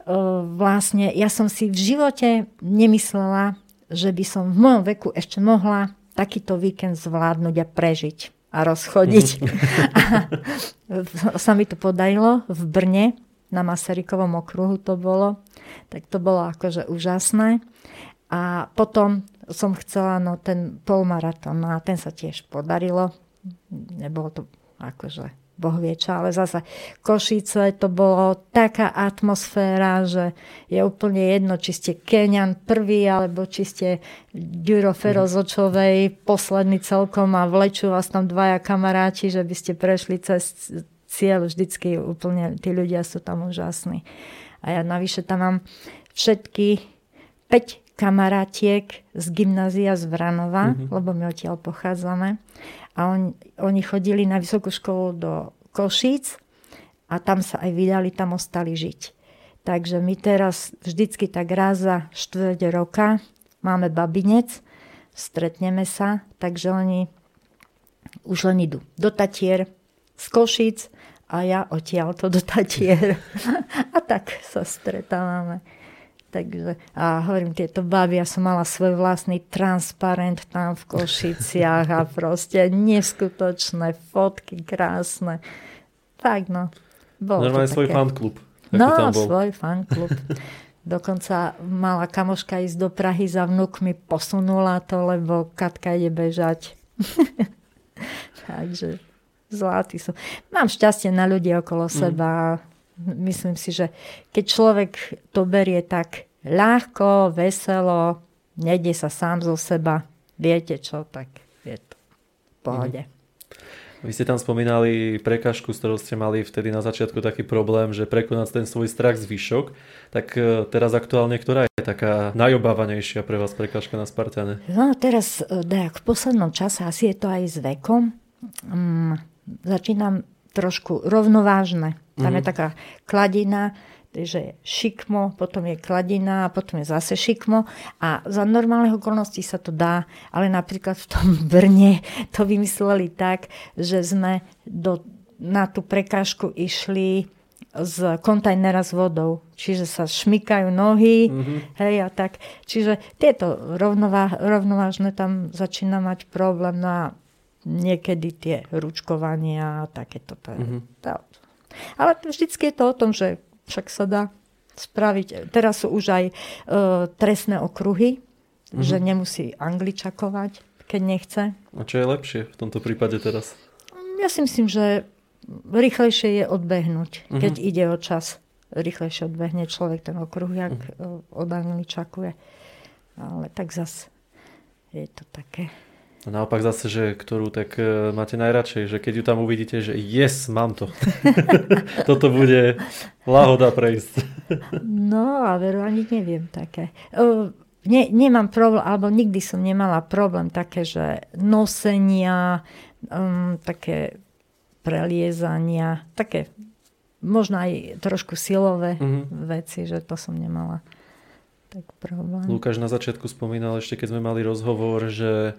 vlastne ja som si v živote nemyslela, že by som v mojom veku ešte mohla takýto víkend zvládnuť a prežiť a rozchodiť. A sa mi to podarilo v Brne, na Masarykovom okruhu to bolo. Tak to bolo akože úžasné. A potom som chcela ten polmaratón, a ten sa tiež podarilo. Nebolo to akože Boh vie čo, ale zase Košice, to bolo taká atmosféra, že je úplne jedno, či ste Keňan prvý, alebo či ste Ďuro Ferozočovej posledný celkom a vlečú vás tam dvaja kamaráti, že by ste prešli cez cieľ. Vždycky úplne tí ľudia sú tam úžasní. A ja navyše tam mám všetky 5 kamarátiek z gymnázia z Vranova, lebo my odtiaľ pochádzame. A oni chodili na vysokú školu do Košíc a tam sa aj vydali, tam ostali žiť. Takže my teraz vždycky tak raz za 4 roka máme babinec, stretneme sa, takže oni už len idú do Tatier z Košíc a ja odtiaľto do Tatier. A tak sa stretávame. Takže, a hovorím, tieto baby, ja som mala svoj vlastný transparent tam v Košiciach a proste neskutočné fotky, krásne. Tak no. Normálne svoj fanklub. No, svoj fanklub. Dokonca mala kamoška ísť do Prahy za vnúkmi, posunula to, lebo Katka ide bežať. Takže zlatí sú. Mám šťastie na ľudí okolo seba. Myslím si, že keď človek to berie tak ľahko, veselo, nejde sa sám zo seba, viete čo, tak je to v pohode. Vy ste tam spomínali prekážku, s ktorou ste mali vtedy na začiatku taký problém, že prekonať ten svoj strach zvyšok. Tak teraz aktuálne, ktorá je taká najobávanejšia pre vás prekážka na Spartane? No teraz, v poslednom čase, asi je to aj s vekom, začínam trošku rovnovážne. Tam je taká kladina, že je šikmo, potom je kladina a potom je zase šikmo a za normálnych okolností sa to dá, ale napríklad v tom Brne to vymysleli tak, že sme na tú prekážku išli z kontajnera s vodou, čiže sa šmykajú nohy, hej a tak. Čiže tieto rovnovážne tam začína mať problém na niekedy tie ručkovania a takéto. Ale vždycky je to o tom, že však sa dá spraviť. Teraz sú už aj trestné okruhy, že nemusí angličakovať, keď nechce. A čo je lepšie v tomto prípade teraz? Ja si myslím, že rýchlejšie je odbehnúť, keď ide o čas. Rýchlejšie odbehne človek ten okruh, jak odangličakuje. Ale tak zase je to také... A naopak zase, že ktorú tak máte najradšej, že keď ju tam uvidíte, že yes, mám to. Toto bude lahoda prejsť. No, a veru ani neviem také. Nemám problém, alebo nikdy som nemala problém také, že nosenia, také preliezania, také možno aj trošku silové veci, že to som nemala tak problém. Lukáš na začiatku spomínal ešte, keď sme mali rozhovor, že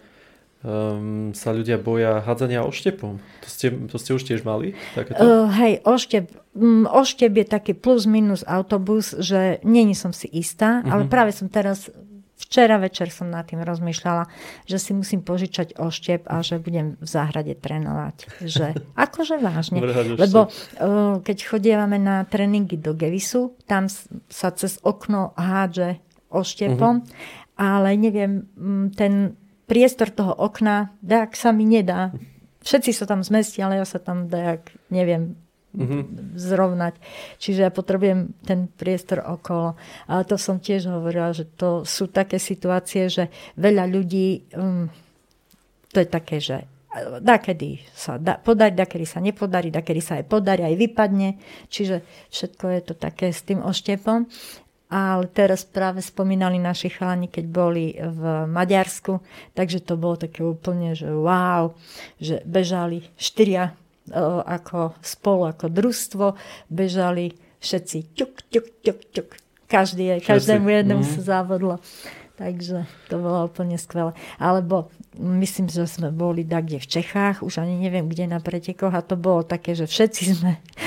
sa ľudia boja hádzania oštepom. To ste už tiež mali? Hej, oštep je taký plus minus autobus, že není som si istá, ale práve som teraz, včera večer som nad tým rozmýšľala, že si musím požičať oštep a že budem v záhrade trénovať. Že, akože vážne. Lebo keď chodievame na tréningy do Gevisu, tam sa cez okno hádže oštepom, ale neviem, ten priestor toho okna, dajak sa mi nedá. Všetci sa tam zmestia, ale ja sa tam dajak neviem zrovnať. Čiže ja potrebujem ten priestor okolo. Ale to som tiež hovorila, že to sú také situácie, že veľa ľudí, to je také, že dakedy sa podarí, dakedy sa nepodarí, dakedy sa aj podarí, aj vypadne. Čiže všetko je to také s tým oštepom. Ale teraz práve spomínali naši chalani, keď boli v Maďarsku, takže to bolo také úplne, že wow, že bežali 4 ako spolu, ako družstvo, bežali všetci ťuk, ťuk, ťuk, ťuk. Každému jednému sa závodlo. Takže to bolo úplne skvelé. Alebo myslím, že sme boli kde v Čechách, už ani neviem, kde na pretekoch a to bolo také, že všetci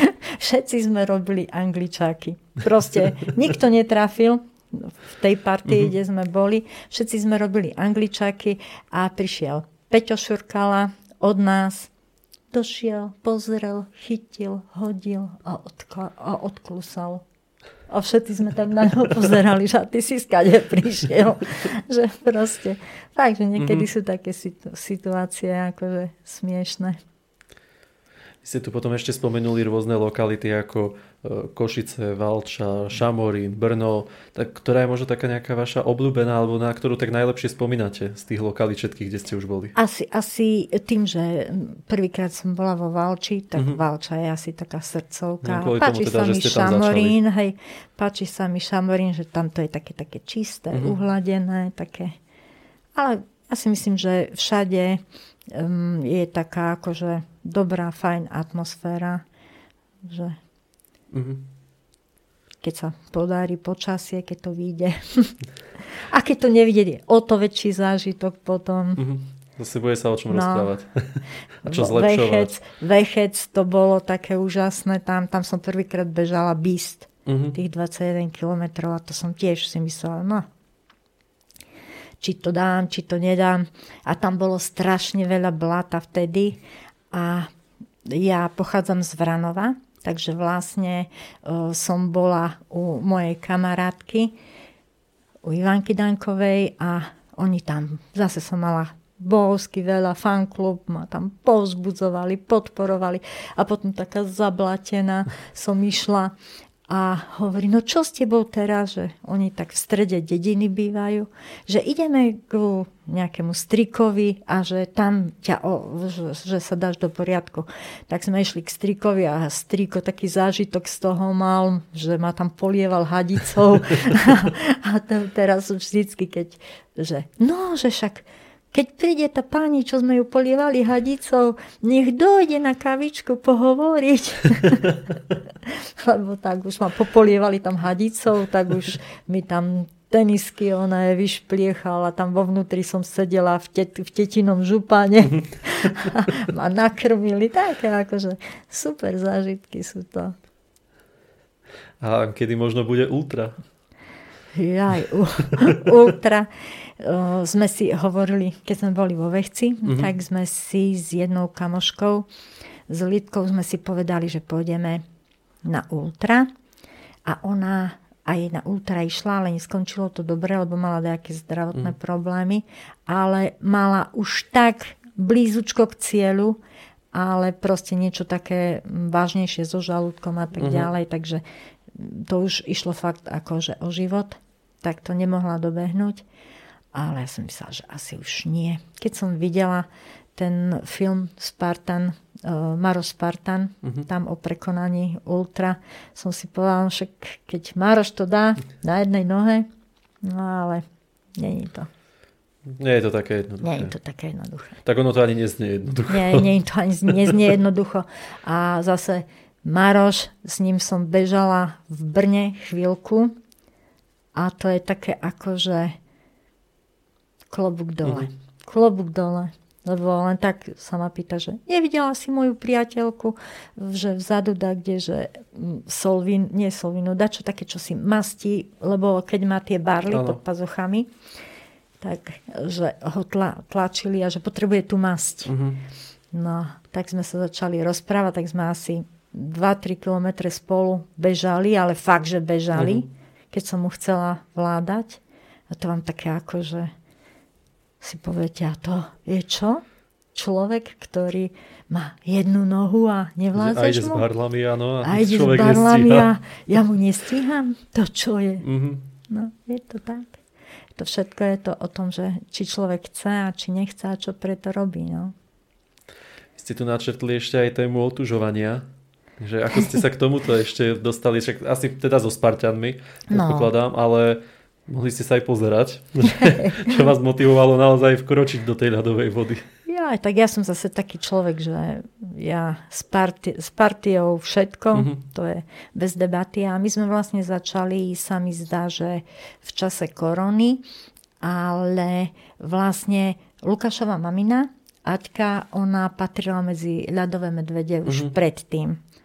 Všetci sme robili Angličáky. Proste nikto netrafil v tej partii, kde sme boli. Všetci sme robili Angličáky a prišiel Peťo Šurkala od nás, došiel, pozrel, chytil, hodil a odklusal. A všetci sme tak na neho pozerali, že ty si skade prišiel. Že proste. Takže niekedy sú také situácie akože smiešné. Vy ste tu potom ešte spomenuli rôzne lokality ako Košice, Valča, Šamorín, Brno, tak ktorá je možno taká nejaká vaša obľúbená, alebo na ktorú tak najlepšie spomínate z tých lokalít všetkých, kde ste už boli? Asi tým, že prvýkrát som bola vo Valči, tak Valča je asi taká srdcovka. No, páči sa mi Šamorín, páči sa mi Šamorín, že tam to je také čisté, uhladené, také. Ale ja si myslím, že všade je taká akože dobrá, fajn atmosféra, že keď sa podarí počasie, keď to vyjde. A keď to nevidieť, je o to väčší zážitok potom. Zase bude sa o čom rozprávať. A čo zlepšovať. Vechec, to bolo také úžasné. Tam som prvýkrát bežala Bist. Tých 21 kilometrov a to som tiež si myslela, či to dám, či to nedám. A tam bolo strašne veľa bláta vtedy. A ja pochádzam z Vranova, takže vlastne som bola u mojej kamarátky, u Ivanky Dankovej a oni tam, zase som mala bohovsky veľa, fanklub, ma tam povzbudzovali, podporovali a potom taká zablatená som išla a hovorí, čo s tebou teraz, že oni tak v strede dediny bývajú, že ideme k nejakému strikovi a že tam že sa dáš do poriadku. Tak sme išli k strikovi a striko taký zážitok z toho mal, že ma tam polieval hadicou a teraz vždycky, že však keď príde tá pani, čo sme ju polievali hadicou, nech dojde na kavičku pohovoriť. Lebo tak už ma popolievali tam hadicou, tak už mi tam tenisky ona je vyšpliechala, tam vo vnútri som sedela v tetinom župane a ma nakrmili. Také akože super zážitky sú to. A kedy možno bude ultra? Ultra. Sme si hovorili, keď sme boli vo Vechci, tak sme si s jednou kamoškou, s Lidkou sme si povedali, že pôjdeme na ultra a ona aj na ultra išla, ale neskončilo to dobre, lebo mala nejaké zdravotné problémy, ale mala už tak blízučko k cieľu, ale proste niečo také vážnejšie so žalúdkom a tak ďalej, takže to už išlo fakt akože o život, tak to nemohla dobehnúť. Ale ja som myslela, že asi už nie. Keď som videla ten film Spartan, Maroš Spartan, tam o prekonaní ultra, som si povedala, že keď Maroš to dá na jednej nohe, ale nie je to. Nie je to také jednoduché. Nie je to také jednoduché. Tak ono to ani neznie jednoducho. Nie to ani neznie jednoducho. A zase Maroš, s ním som bežala v Brne chvíľku a to je také akože klobúk dole. Klobúk dole. Lebo len tak sa ma pýta, že nevidela si moju priateľku, že vzadu kde, že dačo také, čo si mastí, lebo keď má tie barly pod pazuchami, tak že ho tlačili a že potrebuje tú masť. No, tak sme sa začali rozprávať, tak sme asi 2-3 kilometre spolu bežali, ale fakt, že bežali, keď som mu chcela vládať. A to vám také ako, že si poviete, a to je čo? Človek, ktorý má jednu nohu a nevládzeš mu? A ide s barlami, áno. A ide s barlami a ja mu nestíham? To čo je? No, je to tak. To všetko je to o tom, že či človek chce a či nechce a čo preto robí. No. Ste tu načrtli ešte aj tému otužovania. Že ako ste sa k tomuto ešte dostali? Však asi teda so Spartanmi, predpokladám, ale mohli ste sa aj pozerať. Čo vás motivovalo naozaj vkročiť do tej ľadovej vody? Ja, tak ja som zase taký človek, že ja s partiou všetko, to je bez debaty. A my sme vlastne začali, sa mi zdá, že v čase korony, ale vlastne Lukášova mamina, Aťka, ona patrila medzi ľadové medvede už predtým.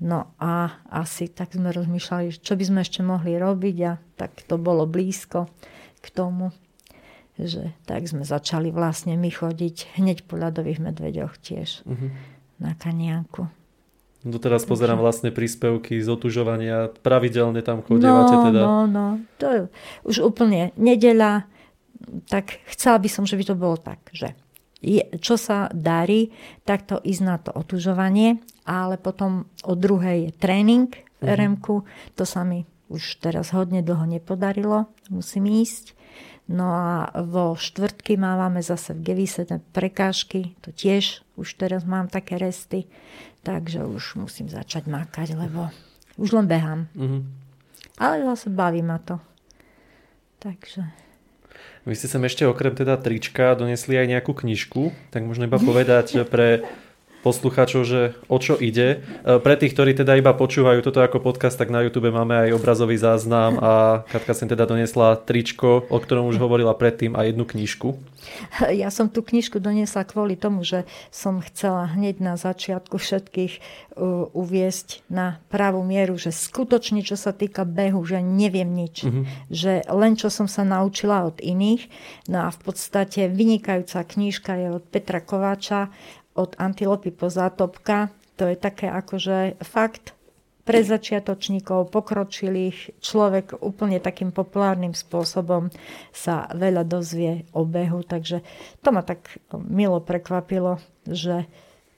No a asi tak sme rozmýšľali, čo by sme ešte mohli robiť a tak to bolo blízko k tomu, že tak sme začali vlastne my chodiť hneď po ľadových medveďoch tiež na Kanianku. Doteraz pozerám vlastne príspevky z otužovania, pravidelne tam chodievate teda. No, to je už úplne nedeľa, tak chcela by som, že by to bolo tak, že čo sa darí, tak to ísť na to otužovanie, ale potom o 2:00 je tréning v RM-ku. To sa mi už teraz hodne dlho nepodarilo, musím ísť. No a vo štvrtky máme zase v Gevise prekážky, to tiež už teraz mám také resty, takže už musím začať makať, lebo už len behám. Ale zase baví ma to. Takže... Vy ste sem ešte okrem teda trička donesli aj nejakú knižku, tak možno iba povedať pre poslucháčov, že o čo ide. Pre tých, ktorí teda iba počúvajú toto ako podcast, tak na YouTube máme aj obrazový záznam a Katka sem teda donesla tričko, o ktorom už hovorila predtým, a jednu knižku. Ja som tú knižku doniesla kvôli tomu, že som chcela hneď na začiatku všetkých uviesť na pravú mieru, že skutočne, čo sa týka behu, že neviem nič. Že len čo som sa naučila od iných. No a v podstate vynikajúca knižka je od Petra Kováča, od Antilopy po zátopka. To je také akože fakt pre začiatočníkov, pokročilých. Človek úplne takým populárnym spôsobom sa veľa dozvie o behu. Takže to ma tak milo prekvapilo, že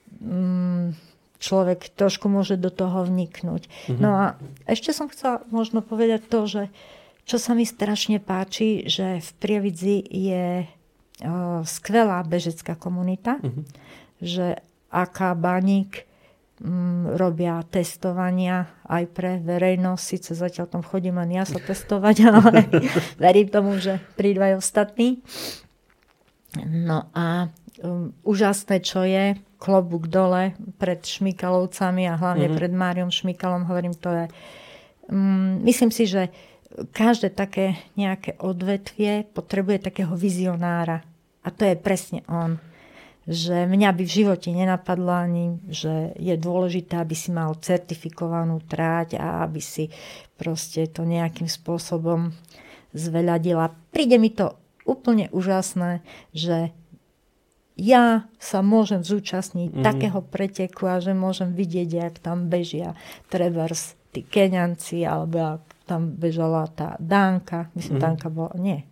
človek trošku môže do toho vniknúť. No a ešte som chcela možno povedať to, že čo sa mi strašne páči, že v Prievidzi je skvelá bežecká komunita, že AK Baník robia testovania aj pre verejnosť. Sice zatiaľ tam chodím len ja sa testovať, ale verím tomu, že prídu aj ostatní. No a úžasné, čo je, klobúk dole pred Šmikalovcami a hlavne pred Máriom Šmikalom. Hovorím, to je... myslím si, že každé také nejaké odvetvie potrebuje takého vizionára. A to je presne on. Že mňa by v živote nenapadlo ani, že je dôležité, aby si mal certifikovanú tráť a aby si proste to nejakým spôsobom zveľadila. Príde mi to úplne úžasné, že ja sa môžem zúčastniť takého preteku a že môžem vidieť, jak tam bežia trebárs tí Keňanci, alebo jak tam bežala tá Dánka. Myslím, Dánka bola... Nie.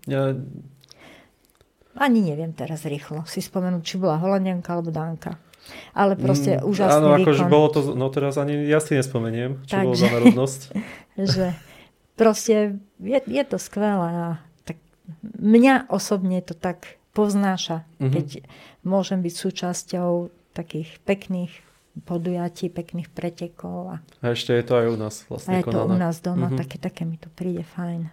Ani neviem teraz rýchlo si spomenúť, či bola Holandianka alebo Dánka. Ale proste úžasný výkon. Áno, akože bolo to, no teraz ani ja si nespomeniem, čo bolo za národnosť. Že proste je to skvelé a tak mňa osobne to tak povznáša, keď môžem byť súčasťou takých pekných podujatí, pekných pretekov. A ešte je to aj u nás vlastne konané. A je to u nás doma, také mi to príde fajn.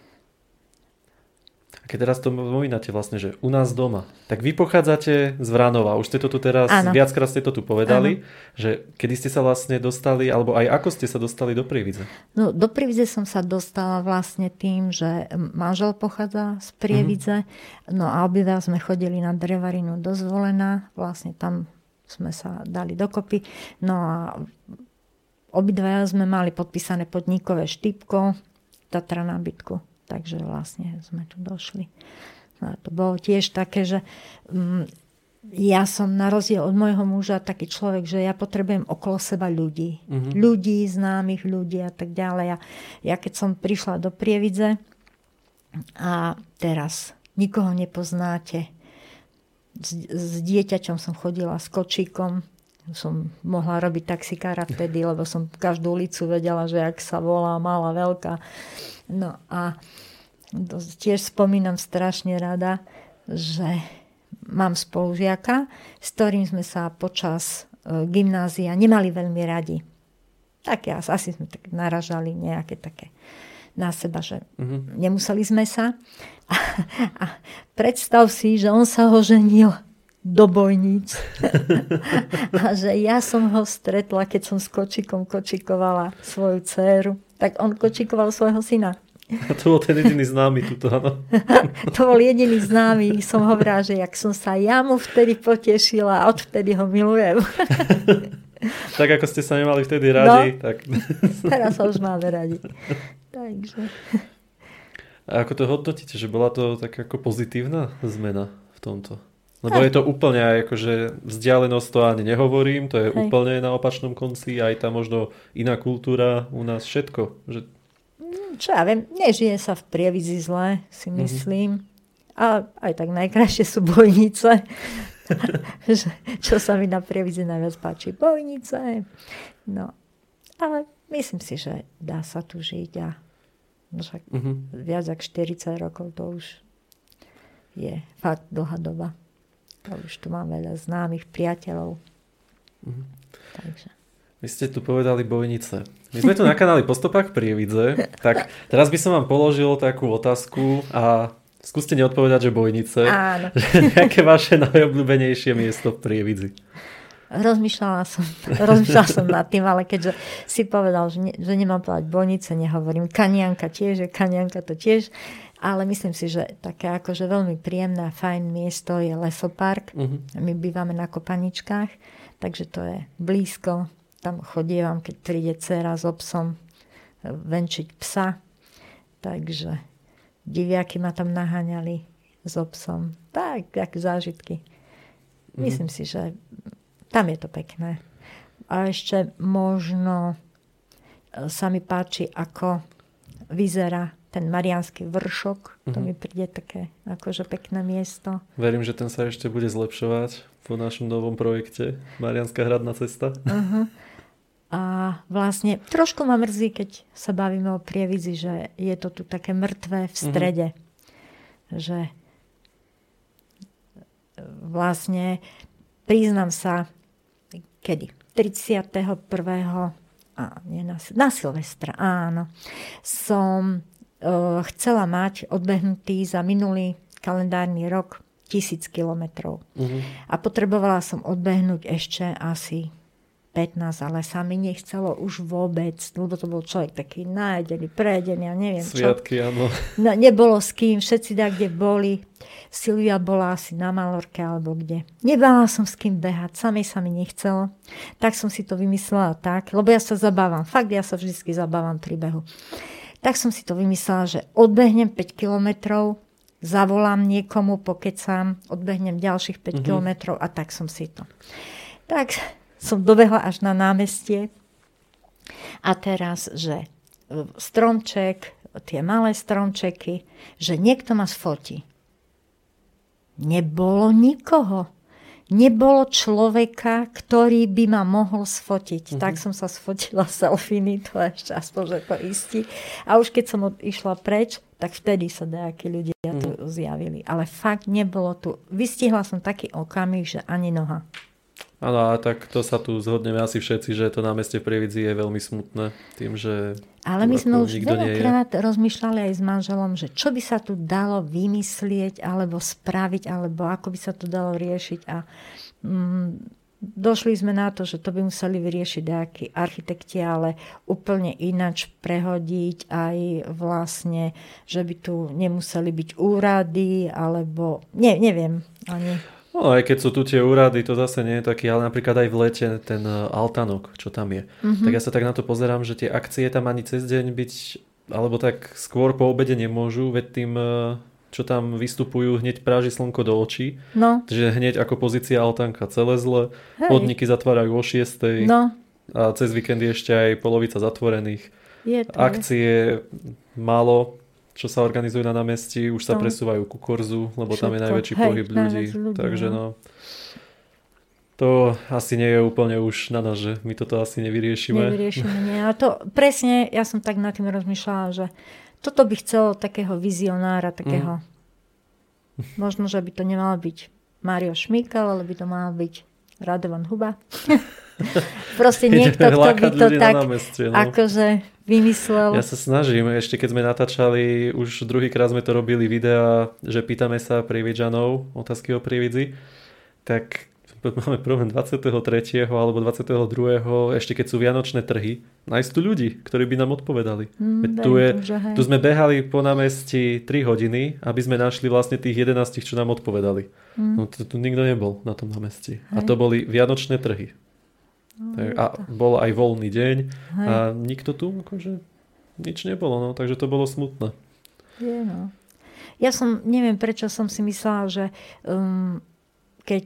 Keď teraz to spomínate vlastne, že u nás doma, tak vy pochádzate z Vranova. Už ste to tu teraz, viackrát ste to tu povedali, že kedy ste sa vlastne dostali, alebo aj ako ste sa dostali do Prievidze? No, do Prievidze som sa dostala vlastne tým, že manžel pochádza z Prievidze, no a obidva sme chodili na drevarinu do Zvolena, vlastne tam sme sa dali dokopy. No a obidva sme mali podpísané podnikové štipko, Tatra nábytku. Takže vlastne sme tu došli. No a to bolo tiež také, že ja som na rozdiel od môjho muža taký človek, že ja potrebujem okolo seba ľudí. Ľudí, známych ľudí a tak ďalej. Ja keď som prišla do Prievidze a teraz nikoho nepoznáte. S dieťaťom som chodila s kočíkom. Som mohla robiť taxikára vtedy, lebo som každú ulicu vedela, že jak sa volá, malá, veľká. No a tiež spomínam strašne rada, že mám spolužiaka, s ktorým sme sa počas gymnázia nemali veľmi radi. Tak asi sme tak naražali nejaké také na seba, že nemuseli sme sa. A predstav si, že on sa oženil do Bojníc. A že ja som ho stretla, keď som s kočikom kočikovala svoju dcéru. Tak on kočikoval svojho syna. A to bol ten jediný známy tuto, áno. To bol jediný známy. Som hovorila, že jak som sa ja mu vtedy potešila a odvtedy ho milujem. Tak ako ste sa nemali vtedy radi, tak... Teraz sa už máme radi. Takže... A ako to hodnotíte, že bola to tak ako pozitívna zmena v tomto? Lebo je to úplne aj akože vzdialenosť, to ani nehovorím, to je úplne na opačnom konci, aj tá možno iná kultúra u nás, všetko. Že... Čo ja viem, nežije sa v Prievidzi zle, si myslím. A aj tak najkrajšie sú Bojnice. Čo sa mi na Prievidzi najviac páči, Bojnice. No, ale myslím si, že dá sa tu žiť a však viac ako 40 rokov to už je fakt dlhá doba. A už tu mám veľa známych priateľov. Takže. Vy ste tu povedali Bojnice. My sme tu na kanáli Po stopách Prievidze, tak teraz by som vám položil takú otázku a skúste neodpovedať, že Bojnice. Áno. Aké vaše najobľúbenejšie miesto v Prievidzi? Rozmýšľala som nad tým, ale keďže si povedal, že nemám povedať Bojnice, nehovorím. Kanianka to tiež, ale myslím si, že také akože veľmi príjemné a fajn miesto je Lesopark. My bývame na Kopaničkách, takže to je blízko. Tam chodievam, keď príde dcera s obsom venčiť psa. Takže diviaky ma tam naháňali s obsom. Tak, jak zážitky. Myslím si, že tam je to pekné. A ešte možno sa mi páči, ako vyzerá ten Mariánsky vršok. To mi príde také akože pekné miesto. Verím, že ten sa ešte bude zlepšovať po našom novom projekte Mariánska hradná cesta. A vlastne trošku ma mrzí, keď sa bavíme o Prievidzi, že je to tu také mŕtvé v strede. Že vlastne priznám sa, kedy? 31. Na Silvestra, áno. Som chcela mať odbehnutý za minulý kalendárny rok 1000 kilometrov. A potrebovala som odbehnúť ešte asi 15, ale sa mi nechcelo už vôbec, lebo to bol človek taký nájdený, prejedený, ja neviem Sviatky, čo. áno. No, nebolo s kým, všetci tak, kde boli. Silvia bola asi na Malorke alebo kde. Nebala som s kým behať, samej sa mi nechcelo. Tak som si to vymyslela tak, lebo ja sa zabávam, fakt ja sa vždy zabávam pri behu. Tak som si to vymyslela, že odbehnem 5 kilometrov, zavolám niekomu, pokecám, odbehnem ďalších 5 kilometrov a tak som si to. Tak som dobehla až na námestie a teraz, že stromček, tie malé stromčeky, že niekto ma sfotí. Nebolo nikoho. Nebolo človeka, ktorý by ma mohol sfotiť. Tak som sa sfotila selfiny, to ešte aspoň, že to istí. A už keď som išla preč, tak vtedy sa nejakí ľudia tu zjavili. Ale fakt nebolo tu. Vystihla som taký okamih, že ani noha. Áno, a tak to sa tu zhodneme asi všetci, že to námestie v Prievidzi je veľmi smutné tým, že... Ale my sme už veľakrát rozmýšľali aj s manželom, že čo by sa tu dalo vymyslieť, alebo spraviť, alebo ako by sa to dalo riešiť. A došli sme na to, že to by museli vyriešiť nejakí architekti, ale úplne ináč prehodiť aj vlastne, že by tu nemuseli byť úrady, alebo... neviem ani... No aj keď sú tu tie úrady, to zase nie je taký, ale napríklad aj v lete ten Altanok, čo tam je. Tak ja sa tak na to pozerám, že tie akcie tam ani cez deň byť, alebo tak skôr po obede nemôžu, veď tým, čo tam vystupujú, hneď práži slnko do očí. No. Takže hneď ako pozícia Altanka celé zle, podniky zatvárajú o 6:00 a cez víkend je ešte aj polovica zatvorených. Akcie málo, čo sa organizujú na námestí, už sa presúvajú ku Korzu, lebo tam je najväčší pohyb ľudí. Takže no, to asi nie je úplne už na nás, že my toto asi nevyriešime. Nie. A to presne, ja som tak nad tým rozmýšľala, že toto by chcelo takého vizionára, takého, možno, že by to nemalo byť Mário Šmíkal, ale by to mal byť Radovan Huba. Proste niekto, kto by to tak akože vymyslel. Ja sa snažím, ešte keď sme natáčali, už druhýkrát sme to robili videa, že pýtame sa Prievidžanov, otázky o Prievidzi, tak máme problém 23. alebo 22. ešte keď sú vianočné trhy, nájsť tu ľudí, ktorí by nám odpovedali. Tu sme behali po námestí 3 hodiny, aby sme našli vlastne tých 11, čo nám odpovedali. No tu nikto nebol na tom námestí. A to boli vianočné trhy. A bol aj voľný deň a nikto tu akože nič nebolo, no, takže to bolo smutné. Je, no. Ja neviem prečo som si myslela, že keď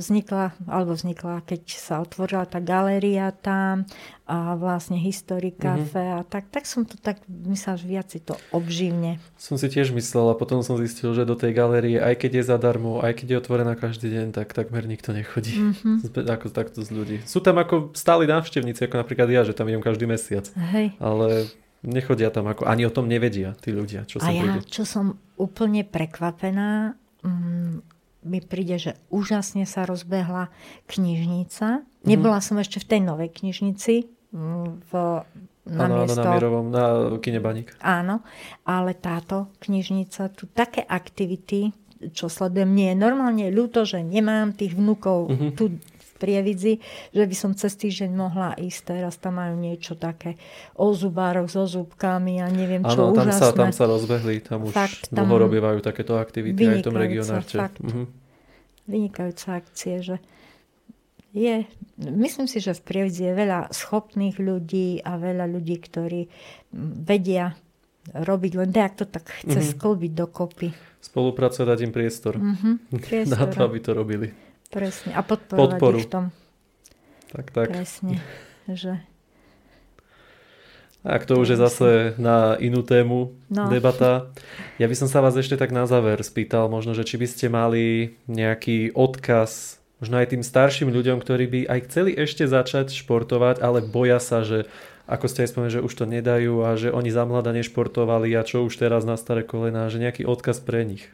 keď sa otvorila tá galéria tam a vlastne History Café a tak som to tak myslela, že viac si to obživne. Som si tiež myslela, potom som zistil, že do tej galérie, aj keď je zadarmo, aj keď je otvorená každý deň, tak takmer nikto nechodí. Ako takto z ľudí. Sú tam ako stáli návštevníci, ako napríklad ja, že tam idem každý mesiac. Hej. Ale nechodia tam, ako ani o tom nevedia tí ľudia, čo sem prídu. Čo som úplne prekvapená, mi príde, že úžasne sa rozbehla knižnica. Nebola som ešte v tej novej knižnici na Mierovom, na Kine Baník. Áno, ale táto knižnica, tu také aktivity, čo sledujem, nie je normálne ľúto, že nemám tých vnukov tu v Prievidzi, že by som cez týždeň mohla ísť. Teraz tam majú niečo také o zubároch so zúbkami a neviem čo, úžasné. Tam sa rozbehli, tam už dlho robievajú takéto aktivity aj v tom regionárte. Vynikajúce akcie, že myslím si, že v Prievidzi je veľa schopných ľudí a veľa ľudí, ktorí vedia robiť, len tak to tak chce sklbiť dokopy. Spolupracovať, dať im priestor. Na to, aby to robili. Presne. A podporovať ich v tom. Tak. Presne. Že... Tak to už je zase na inú tému debata. Ja by som sa vás ešte tak na záver spýtal, možno, že či by ste mali nejaký odkaz možno aj tým starším ľuďom, ktorí by aj chceli ešte začať športovať, ale boja sa, že ako ste aj spomenuli, že už to nedajú a že oni za mladá nešportovali a čo už teraz na staré kolená, že nejaký odkaz pre nich.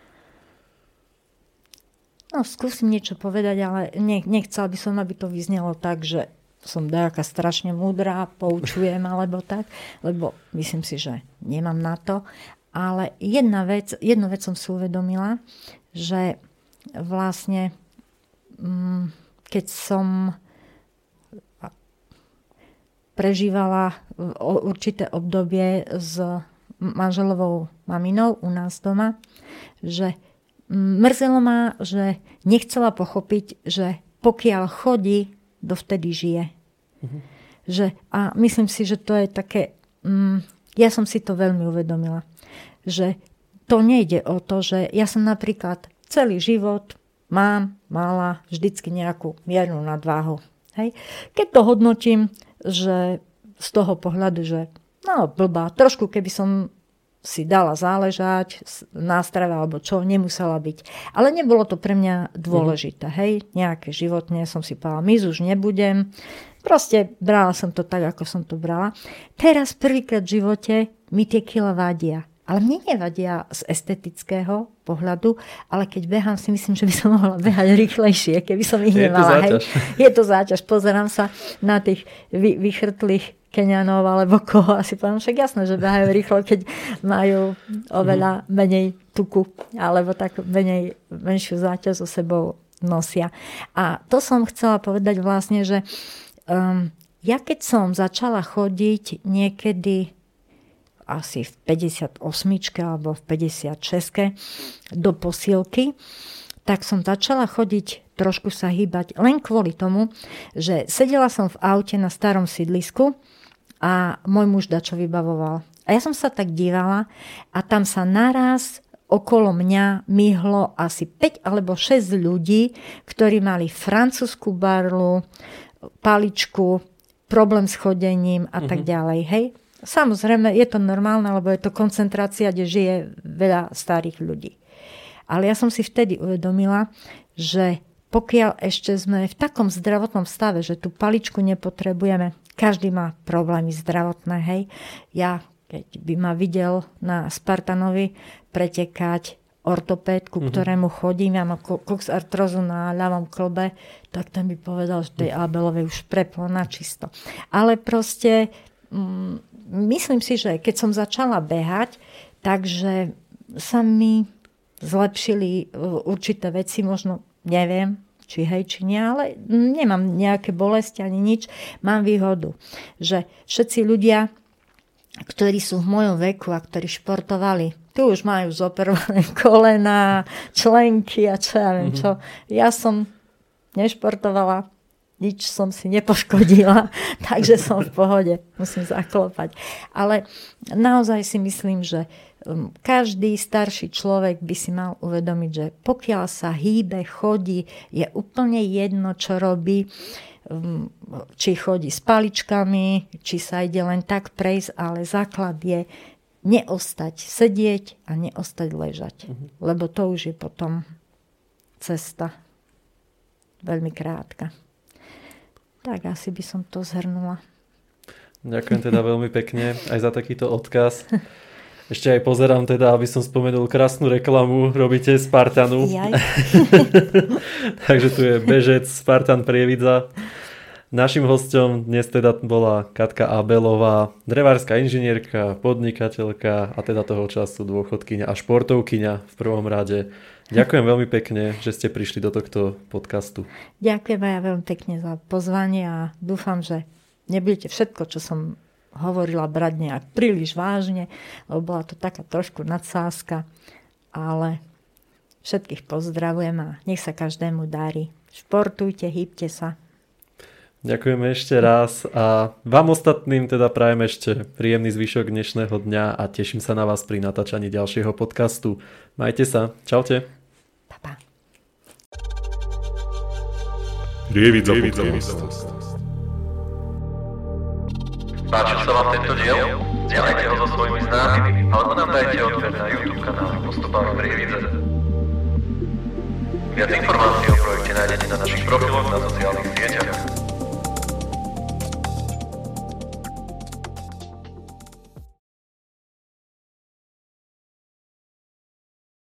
No, skúsim niečo povedať, ale nechcela by som, aby to vyznelo tak, že som nejaká strašne múdra, poučujem alebo tak, lebo myslím si, že nemám na to. Ale jednu vec som si uvedomila, že vlastne keď som prežívala určité obdobie s manželovou maminou u nás doma, že mrzelo ma, že nechcela pochopiť, že pokiaľ chodí, dovtedy žije. A myslím si, že to je také... ja som si to veľmi uvedomila. Že to nejde o to, že ja som napríklad celý život mala vždycky nejakú miernu nadváhu. Hej? Keď to hodnotím, že z toho pohľadu, že blbá, trošku keby som si dala záležať, nástrave alebo čo, nemusela byť. Ale nebolo to pre mňa dôležité. Hej? Nejaké životne som si povedala, už nebudem. Proste brala som to tak, ako som to brala. Teraz prvýkrát v živote mi tie kila vadia. Ale mne nevadia z estetického pohľadu, ale keď behám, si myslím, že by som mohla behať rýchlejšie, keby som ich nemala. Je to záťaž. Pozerám sa na tých vychrtlých Keňanov alebo koho. Asi poviem, však jasné, že behajú rýchlo, keď majú oveľa menej tuku alebo tak menšiu záťaž so sebou nosia. A to som chcela povedať vlastne, že ja keď som začala chodiť niekedy asi v 58 alebo v 56 do posilky, tak som začala chodiť, trošku sa hýbať len kvôli tomu, že sedela som v aute na starom sídlisku a môj muž dačo vybavoval. A ja som sa tak dívala a tam sa naraz okolo mňa myhlo asi 5 alebo 6 ľudí, ktorí mali francúzsku barlu, paličku, problém s chodením a tak ďalej. Hej? Samozrejme, je to normálne, lebo je to koncentrácia, kde žije veľa starých ľudí. Ale ja som si vtedy uvedomila, že pokiaľ ešte sme v takom zdravotnom stave, že tú paličku nepotrebujeme, každý má problémy zdravotné, hej. Ja, keď by ma videl na Spartanovi pretekať ortopédku, ktorému chodím, ja mám koxartrózu na ľavom klbe, tak ten by povedal, že tej Abelovej už preplo na čisto. Ale proste myslím si, že keď som začala behať, takže sa mi zlepšili určité veci, možno neviem, či hej, či nie, ale nemám nejaké bolesti ani nič. Mám výhodu, že všetci ľudia, ktorí sú v mojom veku a ktorí športovali, tu už majú zoperované kolena, členky a čo ja viem čo. Ja som nešportovala, nič som si nepoškodila, takže som v pohode, musím zaklopať. Ale naozaj si myslím, že každý starší človek by si mal uvedomiť, že pokiaľ sa hýbe, chodí, je úplne jedno, čo robí, či chodí s paličkami, či sa ide len tak prejsť, ale základ je neostať sedieť a neostať ležať. Lebo to už je potom cesta veľmi krátka. Tak asi by som to zhrnula. Ďakujem teda veľmi pekne aj za takýto odkaz. Ešte aj pozerám teda, aby som spomenul krásnu reklamu, robíte Spartanu. Takže tu je bežec Spartan Prievidza. Naším hosťom dnes teda bola Katka Abelová, drevárska inžinierka, podnikateľka a teda toho času dôchodkyňa a športovkyňa v prvom rade. Ďakujem veľmi pekne, že ste prišli do tohto podcastu. Ďakujem aj veľmi pekne za pozvanie a dúfam, že nebudete všetko, čo som hovorila, brať nejak príliš vážne, lebo bola to taká trošku nadsázka, ale všetkých pozdravujem a nech sa každému darí. Športujte, hýbte sa. Ďakujeme ešte raz a vám ostatným teda prajem ešte príjemný zvyšok dnešného dňa a teším sa na vás pri natáčaní ďalšieho podcastu. Majte sa. Čaute. Pa, pa. Prievidza podcast. Páčil sa vám tento diel? Zdieľajte ho so svojimi známymi alebo nám dajte odber na YouTube kanál Postupami Prievidze. Viac informácií o projekte nájdete na našich profiloch na sociálnych sieťach.